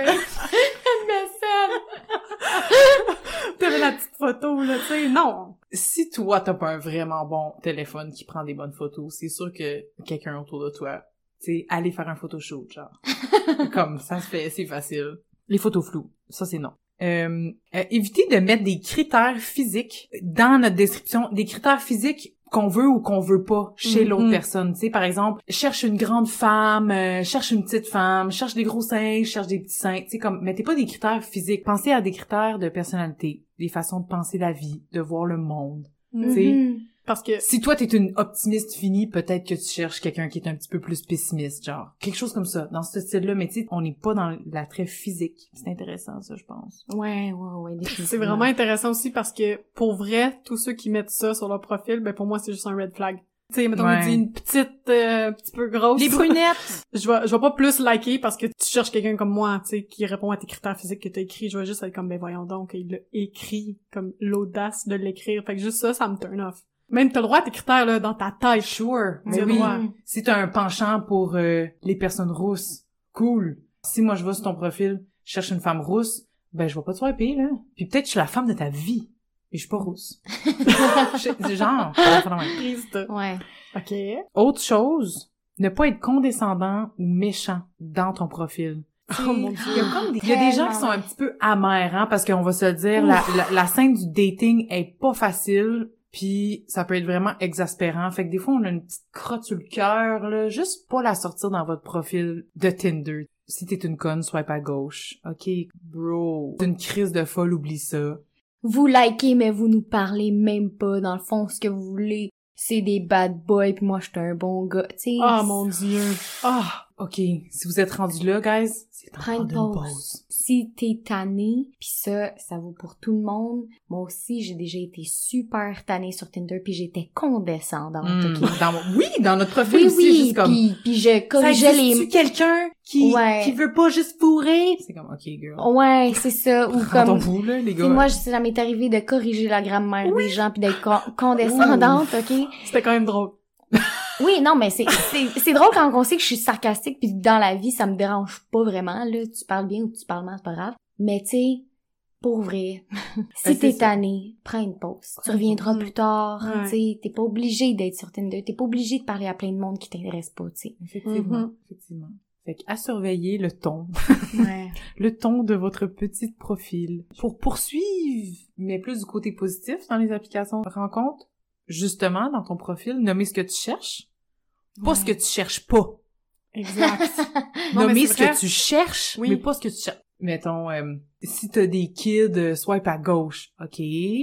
[SPEAKER 1] T'avais la petite photo, là, tu sais. Non.
[SPEAKER 3] Si toi, t'as pas un vraiment bon téléphone qui prend des bonnes photos, c'est sûr que quelqu'un autour de toi, tu sais, aller faire un photoshoot, genre. Comme, ça se fait, c'est facile. Les photos floues, ça c'est non. Euh, euh, éviter de mettre des critères physiques dans notre description, des critères physiques qu'on veut ou qu'on veut pas chez
[SPEAKER 1] Mm-hmm.
[SPEAKER 3] l'autre personne. Tu sais, par exemple, cherche une grande femme, euh, cherche une petite femme, cherche des gros seins, cherche des petits seins. Tu sais, comme, mettez pas des critères physiques. Pensez à des critères de personnalité, des façons de penser la vie, de voir le monde. Tu sais,
[SPEAKER 2] Mhm.
[SPEAKER 1] Parce que...
[SPEAKER 3] si toi t'es une optimiste finie, peut-être que tu cherches quelqu'un qui est un petit peu plus pessimiste, genre quelque chose comme ça, dans ce style-là. Mais tu sais, on n'est pas dans l'attrait physique. C'est intéressant, ça, je pense.
[SPEAKER 2] Ouais, ouais, ouais, définitivement.
[SPEAKER 1] C'est vraiment intéressant aussi parce que, pour vrai, tous ceux qui mettent ça sur leur profil, ben pour moi, c'est juste un red flag. Tu sais, mettons,
[SPEAKER 3] Ouais.
[SPEAKER 1] il dit une petite, euh, un petit peu grosse.
[SPEAKER 3] Les brunettes.
[SPEAKER 1] Je vais, je vais pas plus liker parce que tu cherches quelqu'un comme moi, tu sais, qui répond à tes critères physiques que t'as écrit. Je vais juste être comme, ben voyons donc, il l'a écrit, comme l'audace de l'écrire. Fait que juste ça, ça me turn off. Même t'as le droit à tes critères, là, dans ta tête.
[SPEAKER 3] Sure.
[SPEAKER 1] Tu
[SPEAKER 3] Mais
[SPEAKER 1] as le
[SPEAKER 3] oui.
[SPEAKER 1] droit.
[SPEAKER 3] Si t'as un penchant pour euh, les personnes rousses, cool. Si moi je vais sur ton profil, je cherche une femme rousse, ben je vais pas te swiper, là. Puis peut-être que je suis la femme de ta vie. Et je suis pas rousse. C'est genre.
[SPEAKER 1] Triste.
[SPEAKER 2] Ouais.
[SPEAKER 1] OK.
[SPEAKER 3] Autre chose, ne pas être condescendant ou méchant dans ton profil.
[SPEAKER 1] Oh mon Dieu.
[SPEAKER 3] Il y a comme des, il y a des gens qui sont un petit peu amers, hein, parce qu'on va se le dire, la, la, la scène du dating est pas facile, puis ça peut être vraiment exaspérant. Fait que des fois, on a une petite crotte sur le cœur, là, juste pas la sortir dans votre profil de Tinder. Si t'es une conne, swipe à gauche. OK, bro. C'est une crise de folle, oublie ça.
[SPEAKER 2] Vous likez, mais vous nous parlez même pas. Dans le fond, ce que vous voulez, c'est des bad boys, puis moi, je suis un bon gars. Tu sais.
[SPEAKER 1] Oh mon Dieu.
[SPEAKER 3] Ah! OK, si vous êtes rendu là, guys, c'est temps
[SPEAKER 2] Prends
[SPEAKER 3] de
[SPEAKER 2] une
[SPEAKER 3] prendre une
[SPEAKER 2] pause.
[SPEAKER 3] pause.
[SPEAKER 2] Si t'es tanné, pis ça, ça vaut pour tout le monde. Moi aussi, j'ai déjà été super tannée sur Tinder, puis j'étais condescendante,
[SPEAKER 3] Mm.
[SPEAKER 2] ok?
[SPEAKER 3] Dans mon- oui, dans notre profil
[SPEAKER 2] Oui,
[SPEAKER 3] aussi,
[SPEAKER 2] oui,
[SPEAKER 3] juste comme...
[SPEAKER 2] puis puis je
[SPEAKER 3] Ça
[SPEAKER 2] corrigeais
[SPEAKER 3] existe-tu
[SPEAKER 2] les...
[SPEAKER 3] quelqu'un qui,
[SPEAKER 2] Ouais.
[SPEAKER 3] qui veut pas juste fourrer? C'est comme, OK, girl.
[SPEAKER 2] Ouais, c'est ça, ou
[SPEAKER 3] Prends ton
[SPEAKER 2] comme...
[SPEAKER 3] pouls, là, les
[SPEAKER 2] Tu
[SPEAKER 3] gars.
[SPEAKER 2] sais, moi, je- ça m'est arrivé de corriger la grammaire des gens, puis d'être con- condescendante, ok?
[SPEAKER 1] C'était quand même drôle.
[SPEAKER 2] Oui, non, mais c'est c'est c'est drôle quand on sait que je suis sarcastique, puis dans la vie, ça me dérange pas vraiment, là. Tu parles bien ou tu parles mal, c'est pas grave. Mais tu sais, pour vrai, si
[SPEAKER 3] Ben,
[SPEAKER 2] t'es
[SPEAKER 3] c'est ça.
[SPEAKER 2] tanné, prends une pause. Tu reviendras
[SPEAKER 1] Mm.
[SPEAKER 2] plus tard,
[SPEAKER 1] Ouais.
[SPEAKER 2] tu sais. T'es pas obligé d'être sur Tinder, t'es pas obligé de parler à plein de monde qui t'intéresse pas, tu sais.
[SPEAKER 3] Effectivement,
[SPEAKER 1] Mhm.
[SPEAKER 3] effectivement. Fait qu'à surveiller le ton.
[SPEAKER 2] Ouais.
[SPEAKER 3] le ton de votre petit profil. Pour poursuivre, mais plus du côté positif dans les applications de rencontres, justement, dans ton profil, nommer ce que tu cherches. Pas
[SPEAKER 2] Ouais.
[SPEAKER 3] ce que tu cherches pas.
[SPEAKER 1] Exact. Non, mais
[SPEAKER 3] Nommer
[SPEAKER 1] c'est
[SPEAKER 3] ce
[SPEAKER 1] vrai.
[SPEAKER 3] que tu cherches,
[SPEAKER 1] Oui.
[SPEAKER 3] mais pas ce que tu cherches. Mettons, euh, si t'as des kids, euh, swipe à gauche. OK.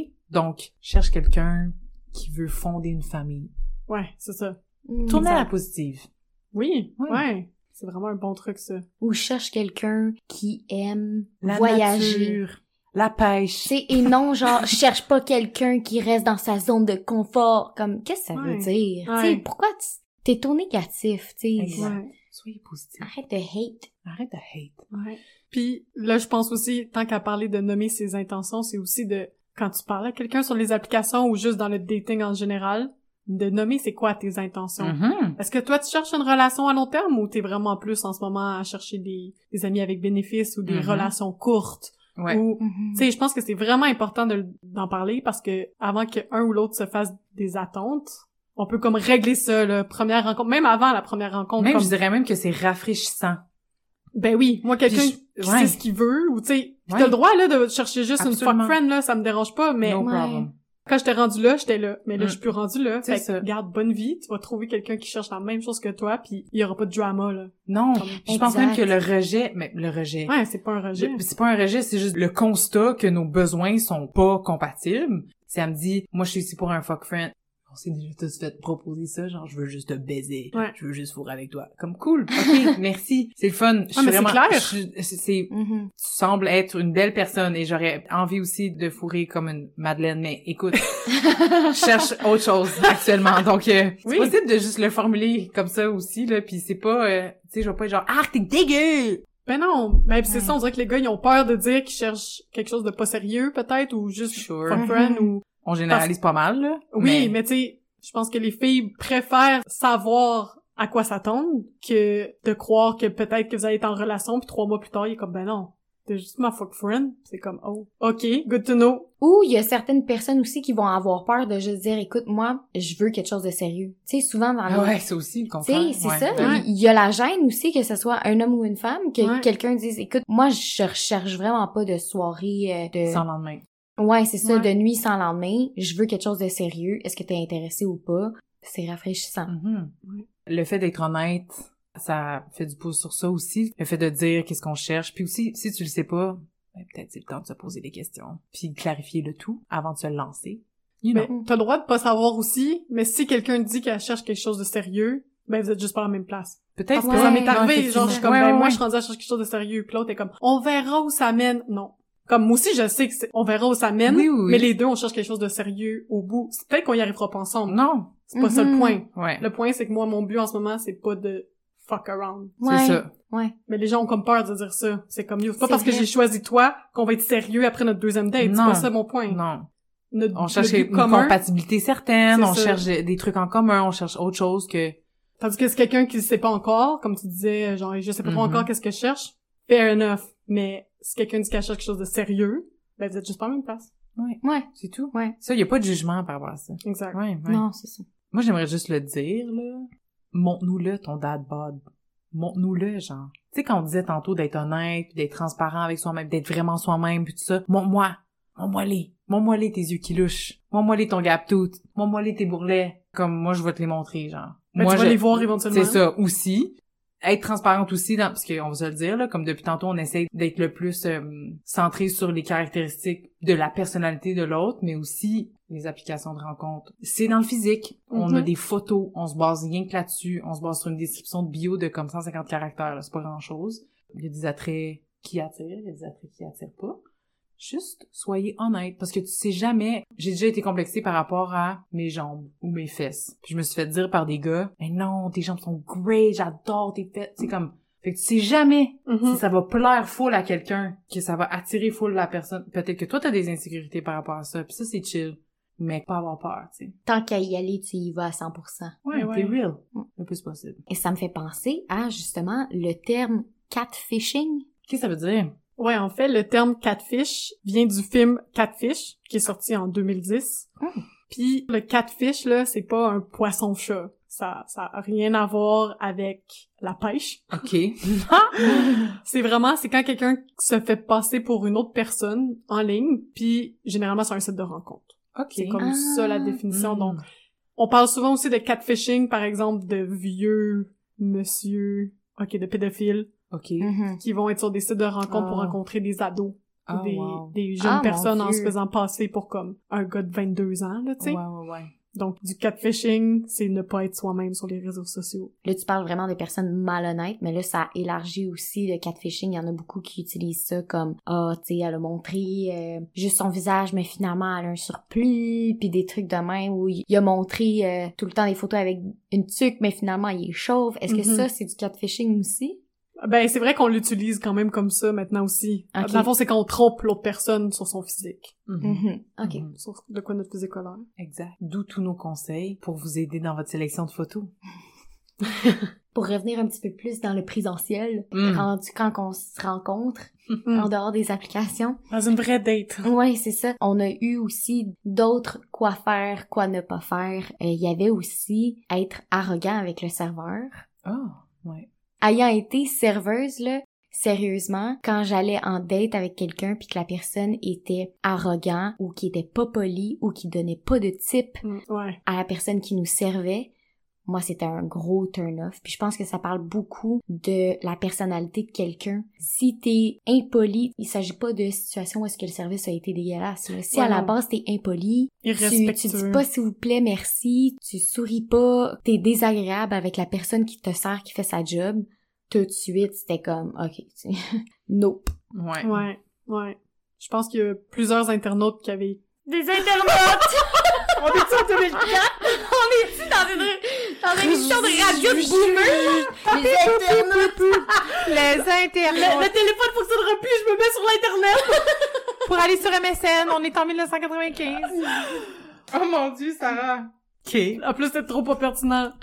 [SPEAKER 3] Donc, cherche quelqu'un qui veut fonder une famille.
[SPEAKER 1] Ouais, c'est ça.
[SPEAKER 2] Mm.
[SPEAKER 3] Tourne à la
[SPEAKER 1] Exact.
[SPEAKER 3] positive.
[SPEAKER 1] Oui,
[SPEAKER 3] Ouais.
[SPEAKER 1] ouais. C'est vraiment un bon truc, ça.
[SPEAKER 2] Ou cherche quelqu'un qui aime
[SPEAKER 3] La
[SPEAKER 2] voyager.
[SPEAKER 3] nature, la pêche.
[SPEAKER 2] Tu sais, et non, genre, je cherche pas quelqu'un qui reste dans sa zone de confort. Comme, qu'est-ce que ça
[SPEAKER 1] Ouais.
[SPEAKER 2] veut dire?
[SPEAKER 1] Ouais.
[SPEAKER 2] Tu sais, pourquoi tu... T'es trop négatif, tu sais.
[SPEAKER 3] Exact.
[SPEAKER 1] Ouais.
[SPEAKER 3] Soyez positif.
[SPEAKER 2] Arrête de hate.
[SPEAKER 3] Arrête de hate.
[SPEAKER 1] Ouais. Puis là, je pense aussi, tant qu'à parler de nommer ses intentions, c'est aussi de, quand tu parles à quelqu'un sur les applications ou juste dans le dating en général, de nommer c'est quoi tes intentions.
[SPEAKER 3] Mhm.
[SPEAKER 1] Est-ce que toi, tu cherches une relation à long terme ou t'es vraiment plus en ce moment à chercher des, des amis avec bénéfices ou des
[SPEAKER 3] Mhm.
[SPEAKER 1] relations courtes?
[SPEAKER 3] Ouais.
[SPEAKER 1] Ou,
[SPEAKER 2] Mhm.
[SPEAKER 1] tu sais, je pense que c'est vraiment important de, d'en parler parce que avant que un ou l'autre se fasse des attentes, on peut comme régler ça, la première rencontre, même avant la première rencontre.
[SPEAKER 3] Même,
[SPEAKER 1] comme,
[SPEAKER 3] je dirais même que c'est rafraîchissant.
[SPEAKER 1] ben oui, moi, quelqu'un
[SPEAKER 3] Puis je-
[SPEAKER 1] qui
[SPEAKER 3] ouais.
[SPEAKER 1] sait ce qu'il veut, ou tu sais, pis
[SPEAKER 3] Ouais.
[SPEAKER 1] t'as le droit, là, de chercher juste
[SPEAKER 3] Absolument.
[SPEAKER 1] une fuck friend, là, ça me dérange pas, mais
[SPEAKER 3] No
[SPEAKER 2] Ouais.
[SPEAKER 3] problem.
[SPEAKER 1] quand j'étais rendu là, j'étais là. Mais là,
[SPEAKER 3] Mm.
[SPEAKER 1] je suis plus rendu là.
[SPEAKER 3] C'est
[SPEAKER 1] Fait que,
[SPEAKER 3] ça.
[SPEAKER 1] garde bonne vie, tu vas trouver quelqu'un qui cherche la même chose que toi, puis il y aura pas de drama, là.
[SPEAKER 3] Non.
[SPEAKER 1] Comme-
[SPEAKER 3] Puis je pense même
[SPEAKER 2] Exact.
[SPEAKER 3] que le rejet, mais le rejet.
[SPEAKER 1] Ouais, c'est pas un rejet.
[SPEAKER 3] Je- c'est pas un rejet, c'est juste le constat que nos besoins sont pas compatibles. Si elle me dit, moi, je suis ici pour un fuck friend. on s'est déjà tous fait proposer ça, genre, je veux juste te baiser,
[SPEAKER 1] ouais.
[SPEAKER 3] je veux juste fourrer avec toi. Comme, cool, ok, merci, c'est le fun. Je
[SPEAKER 1] ah,
[SPEAKER 3] suis
[SPEAKER 1] mais
[SPEAKER 3] vraiment,
[SPEAKER 1] c'est clair.
[SPEAKER 3] je, c'est,
[SPEAKER 2] Mm-hmm.
[SPEAKER 3] tu sembles être une belle personne et j'aurais envie aussi de fourrer comme une Madeleine, mais écoute, je cherche autre chose actuellement, donc euh, c'est
[SPEAKER 1] oui.
[SPEAKER 3] possible de juste le formuler comme ça aussi, là, pis c'est pas, euh, tu sais, je vais pas être genre, ah, t'es dégueu!
[SPEAKER 1] Ben non, ben c'est ouais. ça, on dirait que les gars, ils ont peur de dire qu'ils cherchent quelque chose de pas sérieux, peut-être, ou juste
[SPEAKER 3] sure.
[SPEAKER 1] for fun, ou...
[SPEAKER 3] On généralise Parce... pas mal, là.
[SPEAKER 1] Oui, mais, mais tu sais, je pense que les filles préfèrent savoir à quoi s'attendre que de croire que peut-être que vous allez être en relation, puis trois mois plus tard, il est comme, ben non, t'es juste ma fuck friend. C'est comme, oh, ok, good to know.
[SPEAKER 2] Ou il y a certaines personnes aussi qui vont avoir peur de juste dire, écoute, moi, je veux quelque chose de sérieux. Tu sais, souvent dans les...
[SPEAKER 3] Ah ouais, c'est aussi le contraire.
[SPEAKER 2] Tu sais, c'est
[SPEAKER 3] ouais.
[SPEAKER 2] ça.
[SPEAKER 1] Ouais.
[SPEAKER 2] Il y a la gêne aussi, que ce soit un homme ou une femme, que
[SPEAKER 1] ouais.
[SPEAKER 2] quelqu'un dise, écoute, moi, je recherche vraiment pas de soirée euh, de...
[SPEAKER 3] Sans lendemain.
[SPEAKER 2] Ouais, c'est ça,
[SPEAKER 1] ouais.
[SPEAKER 2] de nuit sans lendemain. Je veux quelque chose de sérieux. Est-ce que t'es intéressé ou pas? C'est rafraîchissant.
[SPEAKER 3] Mm-hmm.
[SPEAKER 1] Ouais.
[SPEAKER 3] Le fait d'être honnête, ça fait du pouce sur ça aussi. Le fait de dire qu'est-ce qu'on cherche. Puis aussi, si tu le sais pas, ben, peut-être c'est le temps de se poser des questions. Puis de clarifier le tout avant de se lancer. You know.
[SPEAKER 1] Mais t'as le droit de pas savoir aussi, mais si quelqu'un dit qu'elle cherche quelque chose de sérieux, ben vous êtes juste pas à la même place.
[SPEAKER 3] Peut-être
[SPEAKER 1] Parce
[SPEAKER 3] que
[SPEAKER 1] que ça m'est arrivé,
[SPEAKER 3] ouais,
[SPEAKER 1] genre je suis comme,
[SPEAKER 3] ouais,
[SPEAKER 1] ben
[SPEAKER 3] ouais,
[SPEAKER 1] moi
[SPEAKER 3] ouais.
[SPEAKER 1] je suis rendue à chercher quelque chose de sérieux, puis l'autre est comme, on verra où ça mène. Non. Comme moi aussi je sais que c'est, on verra où ça mène,
[SPEAKER 3] oui, oui, oui.
[SPEAKER 1] mais les deux on cherche quelque chose de sérieux au bout. C'est peut-être qu'on y arrivera pas ensemble.
[SPEAKER 3] Non.
[SPEAKER 1] C'est pas mm-hmm. ça le point.
[SPEAKER 3] Ouais.
[SPEAKER 1] Le point c'est que moi mon but en ce moment c'est pas de fuck around.
[SPEAKER 2] Ouais.
[SPEAKER 3] C'est ça.
[SPEAKER 2] Ouais.
[SPEAKER 1] Mais les gens ont comme peur de dire ça. C'est comme, c'est pas
[SPEAKER 2] c'est
[SPEAKER 1] parce
[SPEAKER 2] vrai.
[SPEAKER 1] que j'ai choisi toi qu'on va être sérieux après notre deuxième date.
[SPEAKER 3] Non.
[SPEAKER 1] C'est pas ça mon point.
[SPEAKER 3] Non.
[SPEAKER 1] Notre,
[SPEAKER 3] on cherche une
[SPEAKER 1] commun,
[SPEAKER 3] compatibilité certaine,
[SPEAKER 1] c'est
[SPEAKER 3] on
[SPEAKER 1] ça.
[SPEAKER 3] cherche des trucs en commun, on cherche autre chose que...
[SPEAKER 1] Tandis que c'est quelqu'un qui sait pas encore, comme tu disais, genre, je sais pas trop
[SPEAKER 3] Mm-hmm.
[SPEAKER 1] encore qu'est-ce que je cherche, fair enough. Mais si quelqu'un dit qu'elle cherche quelque chose de sérieux, ben vous êtes juste pas à la même place.
[SPEAKER 3] Ouais.
[SPEAKER 2] Ouais.
[SPEAKER 3] C'est tout.
[SPEAKER 2] Ouais.
[SPEAKER 3] Ça, y a pas de jugement par rapport à ça.
[SPEAKER 1] Exact.
[SPEAKER 3] Ouais, ouais.
[SPEAKER 2] Non, c'est ça.
[SPEAKER 3] Moi, j'aimerais juste le dire, là. Montre-nous-le, ton dad bod. Montre-nous-le, genre. Tu sais, quand on disait tantôt d'être honnête, pis d'être transparent avec soi-même, d'être vraiment soi-même, pis tout ça. Montre-moi. Montre-moi-les. Montre-moi-les tes yeux qui louchent. Montre-moi-les ton gap tooth. Montre-moi-les tes bourrelets. Comme moi, je vais te les montrer, genre.
[SPEAKER 1] Ben,
[SPEAKER 3] moi,
[SPEAKER 1] tu vas
[SPEAKER 3] je...
[SPEAKER 1] les voir éventuellement.
[SPEAKER 3] C'est ça, aussi. Être transparente aussi, dans... parce qu'on va se le dire, là, comme depuis tantôt, on essaie d'être le plus euh, centré sur les caractéristiques de la personnalité de l'autre, mais aussi les applications de rencontre. C'est dans le physique. Mm-hmm. On a des photos, on se base rien que là-dessus, on se base sur une description de bio de comme cent cinquante caractères, là, c'est pas grand-chose. Il y a des attraits qui attirent, il y a des attraits qui attirent pas. Juste, soyez honnête, parce que tu sais jamais... J'ai déjà été complexée par rapport à mes jambes ou mes fesses. Puis je me suis fait dire par des gars, « Mais non, tes jambes sont great, j'adore tes fesses. » C'est comme... Fait que tu sais jamais
[SPEAKER 1] mm-hmm.
[SPEAKER 3] si ça va plaire full à quelqu'un, que ça va attirer full la personne. Peut-être que toi, t'as des insécurités par rapport à ça, puis ça, c'est chill. Mais pas avoir peur, tu sais.
[SPEAKER 2] Tant qu'à y aller, tu y vas à cent pour cent.
[SPEAKER 3] Ouais,
[SPEAKER 1] ouais.
[SPEAKER 3] t'es real. Le plus possible.
[SPEAKER 2] Et ça me fait penser à, justement, le terme catfishing.
[SPEAKER 3] Qu'est-ce que ça veut dire?
[SPEAKER 1] Ouais, en fait, le terme catfish vient du film Catfish, qui est sorti en deux mille dix.
[SPEAKER 2] Mm.
[SPEAKER 1] Puis le catfish, là, c'est pas un poisson-chat. Ça, ça a rien à voir avec la pêche.
[SPEAKER 3] OK.
[SPEAKER 1] C'est vraiment, c'est quand quelqu'un se fait passer pour une autre personne en ligne, puis généralement sur un site de rencontre.
[SPEAKER 3] OK.
[SPEAKER 1] C'est comme
[SPEAKER 2] Ah.
[SPEAKER 1] ça la définition.
[SPEAKER 3] Mm.
[SPEAKER 1] Donc, on parle souvent aussi de catfishing, par exemple, de vieux monsieur, ok, de pédophiles,
[SPEAKER 3] OK.
[SPEAKER 2] Mm-hmm.
[SPEAKER 1] qui vont être sur des sites de rencontre
[SPEAKER 3] Ah.
[SPEAKER 1] pour rencontrer des ados.
[SPEAKER 3] Ah,
[SPEAKER 1] ou des,
[SPEAKER 3] wow.
[SPEAKER 1] des jeunes
[SPEAKER 2] Ah, mon
[SPEAKER 1] personnes en
[SPEAKER 2] Dieu.
[SPEAKER 1] se faisant passer pour comme un gars de vingt-deux ans, là, tu sais.
[SPEAKER 3] Ouais, ouais, ouais.
[SPEAKER 1] Donc, du catfishing, c'est ne pas être soi-même sur les réseaux sociaux.
[SPEAKER 2] Là, tu parles vraiment des personnes malhonnêtes, mais là, ça élargit aussi le catfishing. Il y en a beaucoup qui utilisent ça comme « Ah, tu sais, elle a montré euh, juste son visage, mais finalement, elle a un surplus, puis des trucs de même, où il a montré euh, tout le temps des photos avec une tuque, mais finalement, il est chauve. » Est-ce que
[SPEAKER 1] Mm-hmm.
[SPEAKER 2] ça, c'est du catfishing aussi?
[SPEAKER 1] Ben, c'est vrai qu'on l'utilise quand même comme ça maintenant aussi.
[SPEAKER 2] Okay.
[SPEAKER 1] Dans le fond, c'est qu'on trompe l'autre personne sur son physique.
[SPEAKER 3] Mm-hmm.
[SPEAKER 2] Mm-hmm. OK.
[SPEAKER 3] Mm-hmm.
[SPEAKER 1] Sur de quoi notre physique a l'air.
[SPEAKER 3] Exact. D'où tous nos conseils pour vous aider dans votre sélection de photos.
[SPEAKER 2] Pour revenir un petit peu plus dans le présentiel,
[SPEAKER 3] Mm.
[SPEAKER 2] rendu quand on se rencontre,
[SPEAKER 1] Mm.
[SPEAKER 2] en dehors des applications.
[SPEAKER 1] Dans une vraie date.
[SPEAKER 2] Ouais, c'est ça. On a eu aussi d'autres quoi faire, quoi ne pas faire. Il euh, y avait aussi être arrogant avec le serveur.
[SPEAKER 3] Ah, ouais.
[SPEAKER 2] Ayant été serveuse, là, sérieusement, quand j'allais en date avec quelqu'un puis que la personne était arrogant ou qui était pas poli ou qui donnait pas de type
[SPEAKER 1] Mm. Ouais.
[SPEAKER 2] à la personne qui nous servait, moi, c'était un gros turn-off. Puis je pense que ça parle beaucoup de la personnalité de quelqu'un. Si t'es impoli, il s'agit pas de situation où est-ce que le service a été dégueulasse. Là. Si ouais, à la base, t'es impoli, tu, tu dis pas s'il vous plaît, merci, tu souris pas, t'es désagréable avec la personne qui te sert, qui fait sa job, tout de suite, c'était comme, OK, nope.
[SPEAKER 1] Ouais. Ouais, ouais. Je pense qu'il y a plusieurs internautes qui avaient...
[SPEAKER 2] Des internautes!
[SPEAKER 1] On est-tu en deux mille quatre?
[SPEAKER 2] On est-tu dans une, dans une émission de radio de boomer? Les internautes!
[SPEAKER 3] Les internautes!
[SPEAKER 1] Le, le téléphone fonctionnera plus, je me mets sur l'Internet!
[SPEAKER 3] Pour aller sur M S N, on est en dix-neuf cent quatre-vingt-quinze. Oh mon Dieu, Sarah! OK.
[SPEAKER 1] En plus, c'est trop pas pertinent.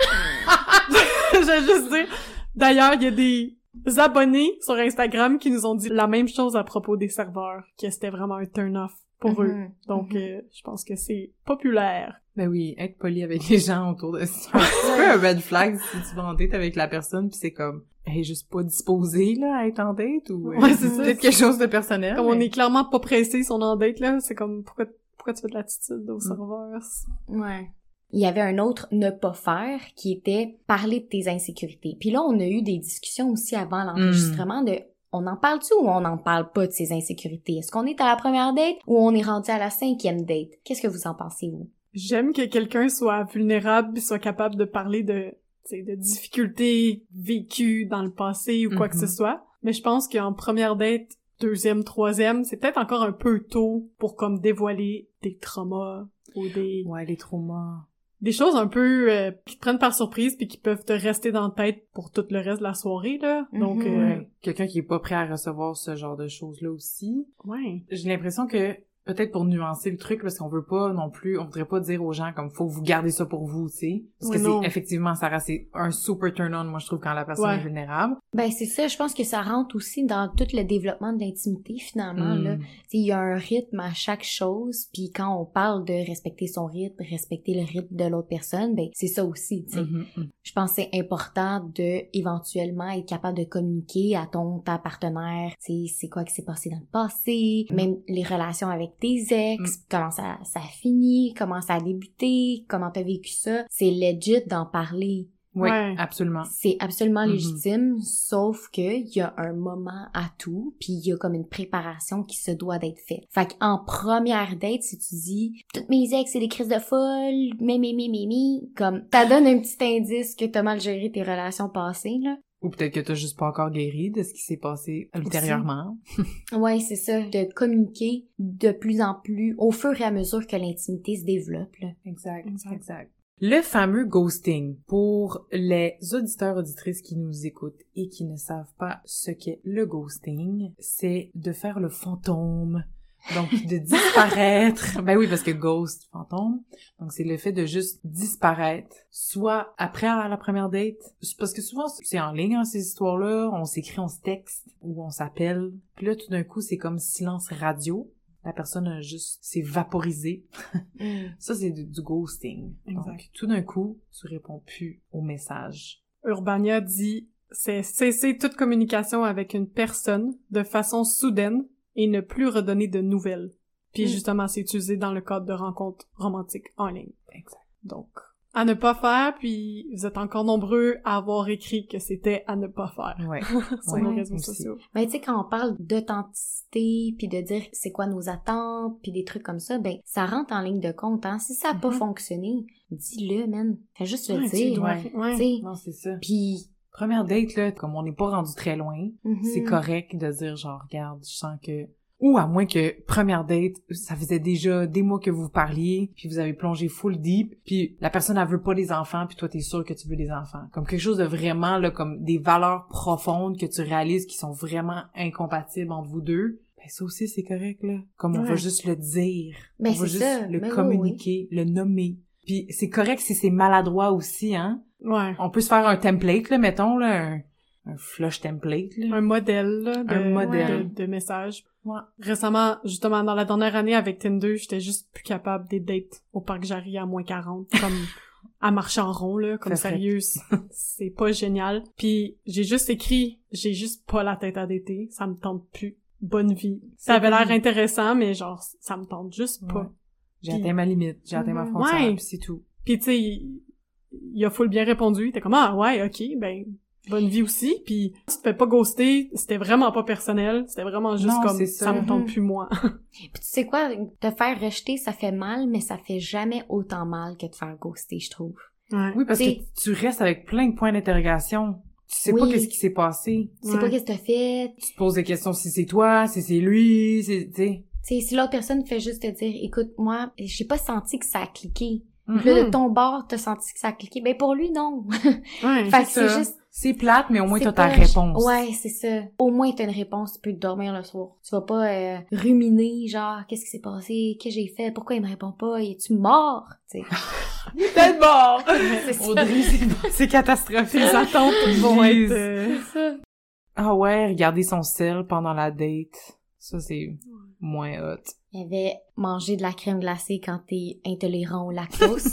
[SPEAKER 1] Je vais juste dire... D'ailleurs, il y a des abonnés sur Instagram qui nous ont dit la même chose à propos des serveurs, que c'était vraiment un turn-off pour mm-hmm. eux. Donc, mm-hmm. euh, je pense que c'est populaire.
[SPEAKER 3] Ben oui, être poli avec les gens autour de ça. C'est un peu un red flag si tu vas en date avec la personne pis c'est comme, elle est juste pas disposée, là, à être en date ou...
[SPEAKER 1] Ouais, c'est ça.
[SPEAKER 3] Peut-être quelque chose de personnel.
[SPEAKER 1] Comme
[SPEAKER 3] mais...
[SPEAKER 1] on est clairement pas pressé si on est en date, là, c'est comme, pourquoi, pourquoi tu fais de l'attitude au mm. serveur?
[SPEAKER 2] Ouais. Il y avait un autre ne pas faire qui était parler de tes insécurités. Puis là, on a eu des discussions aussi avant l'enregistrement mm. de on en parle-tu ou on n'en parle pas de ces insécurités? Est-ce qu'on est à la première date ou on est rendu à la cinquième date? Qu'est-ce que vous en pensez, vous?
[SPEAKER 1] J'aime que quelqu'un soit vulnérable et soit capable de parler de, t'sais, de difficultés vécues dans le passé ou quoi mm-hmm. que ce soit. Mais je pense qu'en première date, deuxième, troisième, c'est peut-être encore un peu tôt pour comme dévoiler des traumas ou des...
[SPEAKER 3] Ouais, les traumas...
[SPEAKER 1] Des choses un peu euh, qui te prennent par surprise puis qui peuvent te rester dans la tête pour tout le reste de la soirée, là. Donc,
[SPEAKER 3] mm-hmm.
[SPEAKER 1] euh...
[SPEAKER 3] ouais. Quelqu'un qui est pas prêt à recevoir ce genre de choses-là aussi.
[SPEAKER 1] Ouais.
[SPEAKER 3] J'ai l'impression que, peut-être pour nuancer le truc, parce qu'on veut pas non plus, on voudrait pas dire aux gens comme faut vous garder ça pour vous, tu sais. Parce
[SPEAKER 1] ouais,
[SPEAKER 3] que
[SPEAKER 1] non.
[SPEAKER 3] c'est, effectivement, Sarah, c'est un super turn-on, moi, je trouve, quand la personne
[SPEAKER 1] ouais.
[SPEAKER 3] est vulnérable.
[SPEAKER 2] Ben, c'est ça, je pense que ça rentre aussi dans tout le développement de l'intimité, finalement, mm. là. Il y a un rythme à chaque chose, puis quand on parle de respecter son rythme, respecter le rythme de l'autre personne, ben, c'est ça aussi, tu sais. Mm-hmm. Je pense que c'est important de, éventuellement, être capable de communiquer à ton, ta partenaire, tu sais, c'est quoi qui s'est passé dans le passé, mm. même les relations avec tes ex, mm. comment ça, ça a fini, comment ça a débuté, comment t'as vécu ça. C'est legit d'en parler.
[SPEAKER 3] Oui,
[SPEAKER 1] ouais.
[SPEAKER 3] absolument.
[SPEAKER 2] C'est absolument mm-hmm. légitime, sauf que il y a un moment à tout, puis il y a comme une préparation qui se doit d'être faite. Fait qu'en première date, si tu dis « Toutes mes ex, c'est des crises de folle, mais, mais, mais, mais, mais », comme, ça donne un petit indice que t'as mal géré tes relations passées, là.
[SPEAKER 3] Ou peut-être que t'as juste pas encore guéri de ce qui s'est passé ultérieurement.
[SPEAKER 2] Ouais, c'est ça. De communiquer de plus en plus au fur et à mesure que l'intimité se développe, là.
[SPEAKER 3] Exact, exact, exact. Le fameux ghosting, pour les auditeurs auditrices qui nous écoutent et qui ne savent pas ce qu'est le ghosting, c'est de faire le fantôme, donc de disparaître. Ben oui, parce que ghost, fantôme, donc c'est le fait de juste disparaître, soit après la première date, parce que souvent c'est en ligne, hein, ces histoires-là, on s'écrit, on se texte, ou on s'appelle, puis là tout d'un coup c'est comme silence radio. La personne a juste s'est vaporisée. Mm. Ça, c'est du, du ghosting. Exact. Donc, tout d'un coup, tu réponds plus au message.
[SPEAKER 1] Urbania dit « C'est cesser toute communication avec une personne de façon soudaine et ne plus redonner de nouvelles. » Puis mm. justement, c'est utilisé dans le cadre de rencontres romantiques en ligne.
[SPEAKER 3] Exact.
[SPEAKER 1] Donc, à ne pas faire, puis vous êtes encore nombreux à avoir écrit que c'était à ne pas faire.
[SPEAKER 3] Ouais.
[SPEAKER 1] sur
[SPEAKER 3] ouais,
[SPEAKER 1] nos réseaux
[SPEAKER 3] aussi.
[SPEAKER 1] sociaux.
[SPEAKER 2] Ben, tu sais, quand on parle d'authenticité, puis de dire c'est quoi nos attentes, puis des trucs comme ça, ben, ça rentre en ligne de compte, hein. Si ça a mm-hmm. pas fonctionné, dis-le, man. Fais juste le
[SPEAKER 1] ouais,
[SPEAKER 2] dire.
[SPEAKER 1] Tu dois...
[SPEAKER 2] ouais.
[SPEAKER 1] ouais.
[SPEAKER 2] T'sais.
[SPEAKER 3] Non, c'est ça.
[SPEAKER 2] Puis...
[SPEAKER 3] Première date, là, comme on n'est pas rendu très loin, mm-hmm. c'est correct de dire genre, regarde, je sens que... Ou à moins que, première date, ça faisait déjà des mois que vous parliez, puis vous avez plongé full deep, puis la personne, elle veut pas les enfants, puis toi, t'es sûr que tu veux des enfants. Comme quelque chose de vraiment, là, comme des valeurs profondes que tu réalises qui sont vraiment incompatibles entre vous deux. Ben, ça aussi, c'est correct, là. Comme on ouais. va juste le dire.
[SPEAKER 2] Ben,
[SPEAKER 3] on va juste
[SPEAKER 2] ça.
[SPEAKER 3] le
[SPEAKER 2] ben
[SPEAKER 3] communiquer, oui. le nommer. Puis c'est correct si c'est maladroit aussi, hein.
[SPEAKER 1] Ouais.
[SPEAKER 3] On peut se faire un template, là, mettons, là, un... un flush template, là.
[SPEAKER 1] Un modèle, là, de,
[SPEAKER 3] un modèle.
[SPEAKER 1] de, de message.
[SPEAKER 3] Ouais.
[SPEAKER 1] Récemment, justement, dans la dernière année avec Tinder, j'étais juste plus capable des dates au parc Jarry à moins quarante, comme à marcher en rond, là, comme sérieux, c'est pas génial. Puis j'ai juste écrit, j'ai juste pas la tête à dater, ça me tente plus. Bonne vie. Ça avait l'air intéressant, mais genre, ça me tente juste pas.
[SPEAKER 3] Ouais. J'ai
[SPEAKER 1] Puis...
[SPEAKER 3] atteint ma limite, j'ai atteint ma frontière,
[SPEAKER 1] ouais.
[SPEAKER 3] pis c'est tout.
[SPEAKER 1] Puis tu sais, il a full bien répondu. Il était comme, ah ouais, ok, ben, bonne vie aussi. Puis tu te fais pas ghoster, c'était vraiment pas personnel. C'était vraiment juste
[SPEAKER 3] non,
[SPEAKER 1] comme,
[SPEAKER 3] ça.
[SPEAKER 1] ça me tente plus moi.
[SPEAKER 2] Puis tu sais quoi, te faire rejeter, ça fait mal, mais ça fait jamais autant mal que de faire ghoster, je trouve.
[SPEAKER 1] Ouais.
[SPEAKER 3] Oui, parce
[SPEAKER 2] T'sais,
[SPEAKER 3] que tu restes avec plein de points d'interrogation. Tu sais
[SPEAKER 2] Oui.
[SPEAKER 3] pas qu'est-ce qui s'est passé.
[SPEAKER 2] Tu sais
[SPEAKER 1] Ouais.
[SPEAKER 2] pas qu'est-ce que t'as fait.
[SPEAKER 3] Tu te poses des questions si c'est toi, si c'est lui, c'est, tu sais.
[SPEAKER 2] Tu sais, si l'autre personne fait juste te dire, écoute, moi, j'ai pas senti que ça a cliqué.
[SPEAKER 3] Mhm.
[SPEAKER 2] Puis là, de ton bord, t'as senti que ça a cliqué. Ben, pour lui, non.
[SPEAKER 1] Ouais.
[SPEAKER 2] Fait que
[SPEAKER 3] c'est
[SPEAKER 2] c'est
[SPEAKER 3] ça.
[SPEAKER 2] juste...
[SPEAKER 3] C'est plate, mais au moins
[SPEAKER 2] c'est
[SPEAKER 3] t'as ta
[SPEAKER 2] pas-
[SPEAKER 3] réponse.
[SPEAKER 2] Ouais, c'est ça. Au moins, t'as une réponse, tu peux dormir le soir. Tu vas pas euh, ruminer, genre, qu'est-ce qui s'est passé, qu'est-ce que j'ai fait, pourquoi il me répond pas, es-tu mort? Tu sais.
[SPEAKER 3] Il est peut-être mort!
[SPEAKER 2] C'est ça.
[SPEAKER 3] Audrey, c'est, c'est catastrophique.
[SPEAKER 1] Les attentes vont
[SPEAKER 3] Jeez.
[SPEAKER 1] être... euh,
[SPEAKER 2] C'est ça.
[SPEAKER 3] Ah ouais, regarder son sel pendant la date. Ça, c'est moins hot.
[SPEAKER 2] Il y avait mangé de la crème glacée quand t'es intolérant au lactose.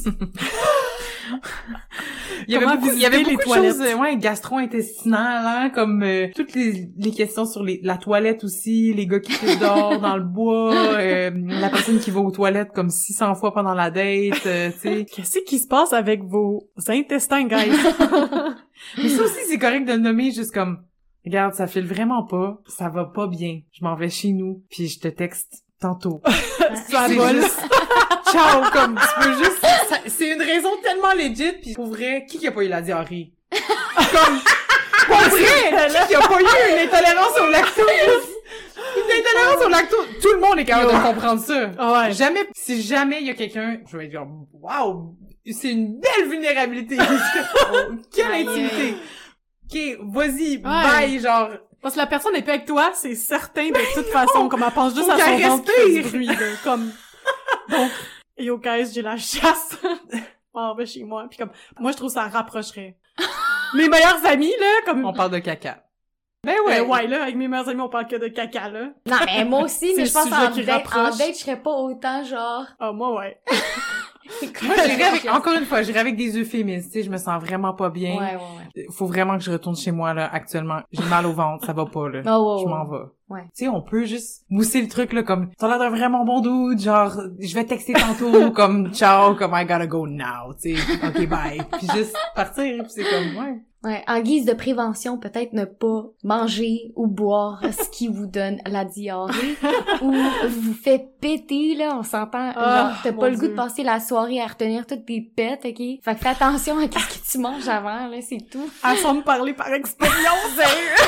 [SPEAKER 3] Il y avait
[SPEAKER 1] Comment
[SPEAKER 3] beaucoup, il y avait
[SPEAKER 1] visiter les
[SPEAKER 3] beaucoup de choses,
[SPEAKER 1] toilettes?
[SPEAKER 3] euh, ouais, gastro-intestinales, hein, comme euh, toutes les, les questions sur les, la toilette aussi, les gars qui se dehors dans le bois, euh, la personne qui va aux toilettes comme six cents fois pendant la date, euh, tu sais.
[SPEAKER 1] Qu'est-ce qui se passe avec vos intestins, guys?
[SPEAKER 3] Mais ça aussi, c'est correct de le nommer juste comme, regarde, ça file vraiment pas, ça va pas bien, je m'en vais chez nous, puis je te texte tantôt.
[SPEAKER 1] Ça
[SPEAKER 3] C'est
[SPEAKER 1] vole.
[SPEAKER 3] juste, ciao, comme, tu peux juste, ça- c'est une raison tellement legit, pis pour vrai, qui qui a pas eu la diarrhée? Comme, pour vrai, qui qui a pas eu une intolérance au lactose? Une intolérance au lactose, tout le monde est capable de comprendre ça.
[SPEAKER 1] Ah ouais.
[SPEAKER 3] Jamais, si jamais il y a quelqu'un, je vais dire, waouh, c'est une belle vulnérabilité. Oh, quelle
[SPEAKER 2] Aïe,
[SPEAKER 3] intimité. Ok, vas-y,
[SPEAKER 1] Ouais.
[SPEAKER 3] bye, genre,
[SPEAKER 1] Parce que la personne n'est plus avec toi, c'est certain de toute façon, comme elle pense juste
[SPEAKER 3] Faut
[SPEAKER 1] à son
[SPEAKER 3] qu'elle
[SPEAKER 1] ventre qui fait du
[SPEAKER 3] respire.
[SPEAKER 1] bruit, là, comme... Donc, et au guys, j'ai la chasse. On va chez moi, puis comme, moi, je trouve que ça rapprocherait. Mes meilleurs amis, là, comme...
[SPEAKER 3] on parle de caca. Ben
[SPEAKER 1] Ouais,
[SPEAKER 3] ouais.
[SPEAKER 1] ouais, là, avec mes meilleurs amis, on parle que de caca, là.
[SPEAKER 2] Non, mais moi aussi,
[SPEAKER 1] C'est
[SPEAKER 2] mais
[SPEAKER 1] le
[SPEAKER 2] je pense
[SPEAKER 1] sujet
[SPEAKER 2] en
[SPEAKER 1] qui
[SPEAKER 2] date, en
[SPEAKER 1] rapproche.
[SPEAKER 2] date, je serais pas autant genre...
[SPEAKER 1] Ah, moi, ouais.
[SPEAKER 3] Moi, j'irais avec, encore une fois, j'irais avec des euphémismes, tu sais, je me sens vraiment pas bien.
[SPEAKER 2] Ouais, ouais, ouais.
[SPEAKER 3] Faut vraiment que je retourne chez moi, là, actuellement. J'ai mal au ventre, ça va pas, là.
[SPEAKER 2] Oh, ouais,
[SPEAKER 3] Je
[SPEAKER 2] ouais.
[SPEAKER 3] m'en vais.
[SPEAKER 2] Ouais.
[SPEAKER 3] Tu sais, on peut juste mousser le truc, là, comme, t'as l'air d'un vraiment bon dude, genre, je vais texter tantôt, comme, ciao, comme, I gotta go now, tu sais, ok, bye. Puis juste partir, puis c'est comme, ouais.
[SPEAKER 2] Ouais, en guise de prévention, peut-être ne pas manger ou boire ce qui vous donne la diarrhée ou vous fait péter, là, on s'entend,
[SPEAKER 1] Ah,
[SPEAKER 2] genre, t'as
[SPEAKER 1] mon
[SPEAKER 2] pas le goût
[SPEAKER 1] Dieu.
[SPEAKER 2] de passer la soirée à retenir toutes tes pètes, ok? Fait que fais attention à qu'est-ce que tu manges avant, là, c'est tout.
[SPEAKER 1] À son me parler par expérience.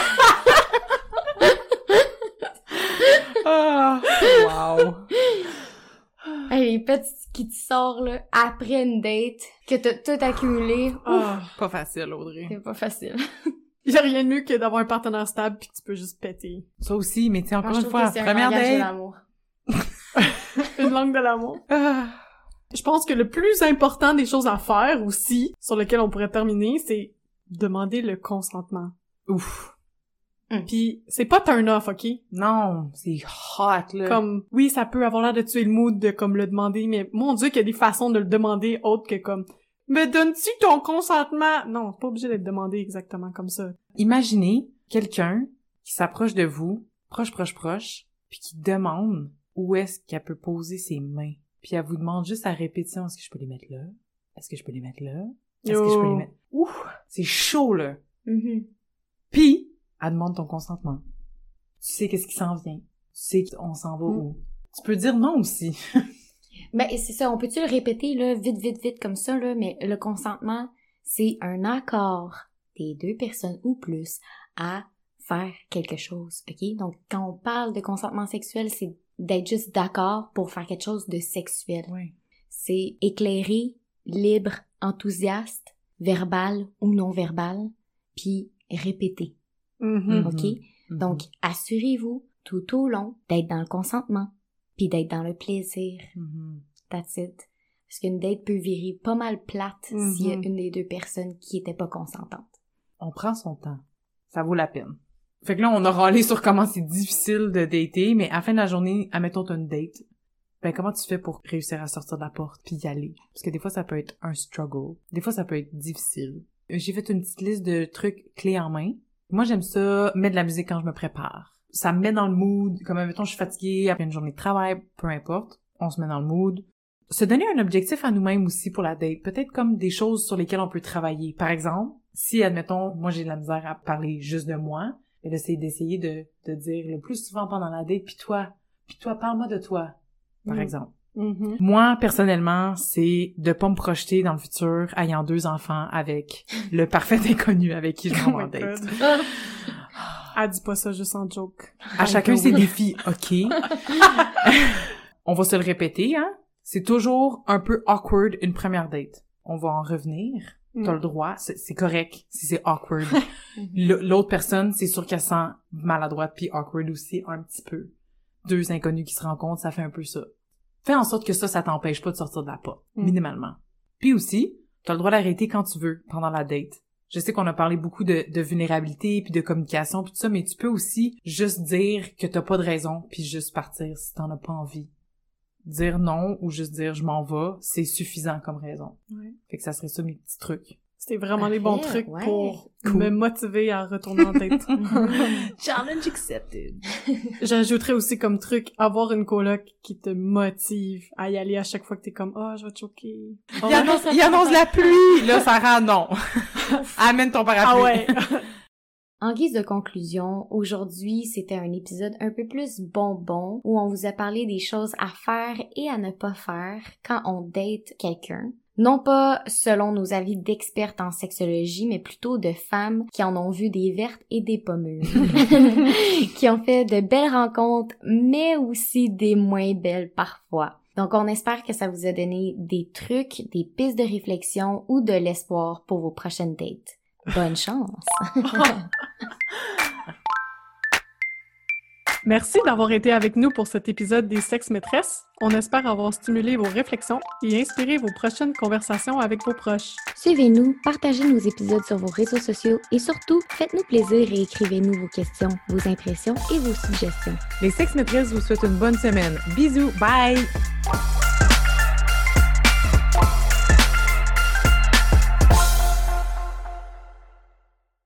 [SPEAKER 3] Ah, wow.
[SPEAKER 2] Hey, les pètes qui te sortent, là, après une date, que t'as tout accumulé,
[SPEAKER 1] Ah.
[SPEAKER 3] Pas facile, Audrey.
[SPEAKER 2] c'est pas facile.
[SPEAKER 1] Il y a rien de mieux que d'avoir un partenaire stable pis que tu peux juste péter.
[SPEAKER 3] Ça aussi, mais tu sais, encore
[SPEAKER 2] Moi, je
[SPEAKER 3] une
[SPEAKER 2] trouve
[SPEAKER 3] fois,
[SPEAKER 2] que c'est un
[SPEAKER 3] première
[SPEAKER 2] langage de
[SPEAKER 3] date.
[SPEAKER 2] l'amour.
[SPEAKER 1] Une langue de l'amour.
[SPEAKER 3] Ah.
[SPEAKER 1] Je pense que le plus important des choses à faire aussi, sur lequel on pourrait terminer, c'est demander le consentement.
[SPEAKER 3] Ouf.
[SPEAKER 1] Puis c'est pas turn off, ok?
[SPEAKER 3] Non, c'est hot, là.
[SPEAKER 1] Comme, oui, ça peut avoir l'air de tuer le mood de comme le demander, mais mon Dieu qu'il y a des façons de le demander autres que comme, me donnes-tu ton consentement? Non, c'est pas obligé d'être demandé exactement comme ça.
[SPEAKER 3] Imaginez quelqu'un qui s'approche de vous, proche, proche, proche, puis qui demande où est-ce qu'elle peut poser ses mains. Puis elle vous demande juste à répétition, est-ce que je peux les mettre là? Est-ce que je peux les mettre là? Est-ce que je peux les
[SPEAKER 1] Yo.
[SPEAKER 3] mettre... Ouf! C'est chaud, là!
[SPEAKER 2] Mhm.
[SPEAKER 3] Puis, elle demande ton consentement. Tu sais qu'est-ce qui s'en vient. Tu sais qu'on s'en va
[SPEAKER 1] Mm.
[SPEAKER 3] où. Tu peux dire non aussi.
[SPEAKER 2] Ben, c'est ça, on peut-tu le répéter, là, vite, vite, vite, comme ça, là, mais le consentement, c'est un accord des deux personnes ou plus à faire quelque chose, ok? Donc, quand on parle de consentement sexuel, c'est d'être juste d'accord pour faire quelque chose de sexuel.
[SPEAKER 3] Oui.
[SPEAKER 2] C'est éclairé, libre, enthousiaste, verbal ou non verbal, puis répété,
[SPEAKER 1] Mhm.
[SPEAKER 2] ok? Donc, assurez-vous tout au long d'être dans le consentement, puis d'être dans le plaisir.
[SPEAKER 3] Mhm.
[SPEAKER 2] That's it. Parce qu'une date peut virer pas mal plate
[SPEAKER 1] Mhm.
[SPEAKER 2] s'il y a une des deux personnes qui était pas consentante.
[SPEAKER 3] On prend son temps. Ça vaut la peine. Fait que là, on a râlé sur comment c'est difficile de dater, mais à la fin de la journée, admettons t'as une date, ben comment tu fais pour réussir à sortir de la porte puis y aller? Parce que des fois, ça peut être un struggle. Des fois, ça peut être difficile. J'ai fait une petite liste de trucs clés en main. Moi, j'aime ça, mettre de la musique quand je me prépare. Ça me met dans le mood. Comme, admettons, je suis fatiguée après une journée de travail, peu importe. On se met dans le mood. se donner un objectif à nous-mêmes aussi pour la date. Peut-être comme des choses sur lesquelles on peut travailler. Par exemple, si, admettons, moi j'ai de la misère à parler juste de moi, et là, c'est d'essayer de, de dire le plus souvent pendant la date, puis toi, puis toi, parle-moi de toi, par mmh. exemple.
[SPEAKER 1] Mm-hmm.
[SPEAKER 3] Moi, personnellement, c'est de pas me projeter dans le futur ayant deux enfants avec le parfait inconnu avec qui je m'en vais en date.
[SPEAKER 1] Elle dit pas ça juste en joke.
[SPEAKER 3] À chacun ses défis, OK. On va se le répéter, hein. C'est toujours un peu awkward une première date. On va en revenir. Mm. T'as le droit. C'est, c'est correct si c'est awkward. L'autre personne, c'est sûr qu'elle sent maladroite puis awkward aussi un petit peu. Deux inconnus qui se rencontrent, ça fait un peu ça. Fais en sorte que ça, ça t'empêche pas de sortir de la porte, mm. minimalement. Puis aussi, t'as le droit d'arrêter quand tu veux pendant la date. Je sais qu'on a parlé beaucoup de, de vulnérabilité puis de communication puis tout ça, mais tu peux aussi juste dire que t'as pas de raison puis juste partir si t'en as pas envie. Dire non ou juste dire je m'en vais, c'est suffisant comme raison.
[SPEAKER 1] Ouais.
[SPEAKER 3] Fait que ça serait ça mes petits trucs.
[SPEAKER 1] C'était vraiment Parfait, des bons trucs
[SPEAKER 2] ouais.
[SPEAKER 1] pour
[SPEAKER 3] cool.
[SPEAKER 1] me motiver à retourner en date.
[SPEAKER 3] Challenge accepted.
[SPEAKER 1] J'ajouterais aussi comme truc, avoir une coloc qui te motive à y aller à chaque fois que t'es comme « Ah, oh, je vais te choquer. Oh, »
[SPEAKER 3] Il annonce, il annonce la pluie! Là, Sarah, non. Amène ton parapluie.
[SPEAKER 1] Ah ouais.
[SPEAKER 2] En guise de conclusion, aujourd'hui, c'était un épisode un peu plus bonbon où on vous a parlé des choses à faire et à ne pas faire quand on date quelqu'un. Non pas selon nos avis d'expertes en sexologie, mais plutôt de femmes qui en ont vu des vertes et des pas mûres, qui ont fait de belles rencontres, mais aussi des moins belles parfois. Donc, on espère que ça vous a donné des trucs, des pistes de réflexion ou de l'espoir pour vos prochaines dates. Bonne chance!
[SPEAKER 1] Merci d'avoir été avec nous pour cet épisode des Sex Maîtresses. On espère avoir stimulé vos réflexions et inspiré vos prochaines conversations avec vos proches.
[SPEAKER 2] Suivez-nous, partagez nos épisodes sur vos réseaux sociaux et surtout, faites-nous plaisir et écrivez-nous vos questions, vos impressions et vos suggestions.
[SPEAKER 3] Les Sex Maîtresses vous souhaitent une bonne semaine. Bisous, bye!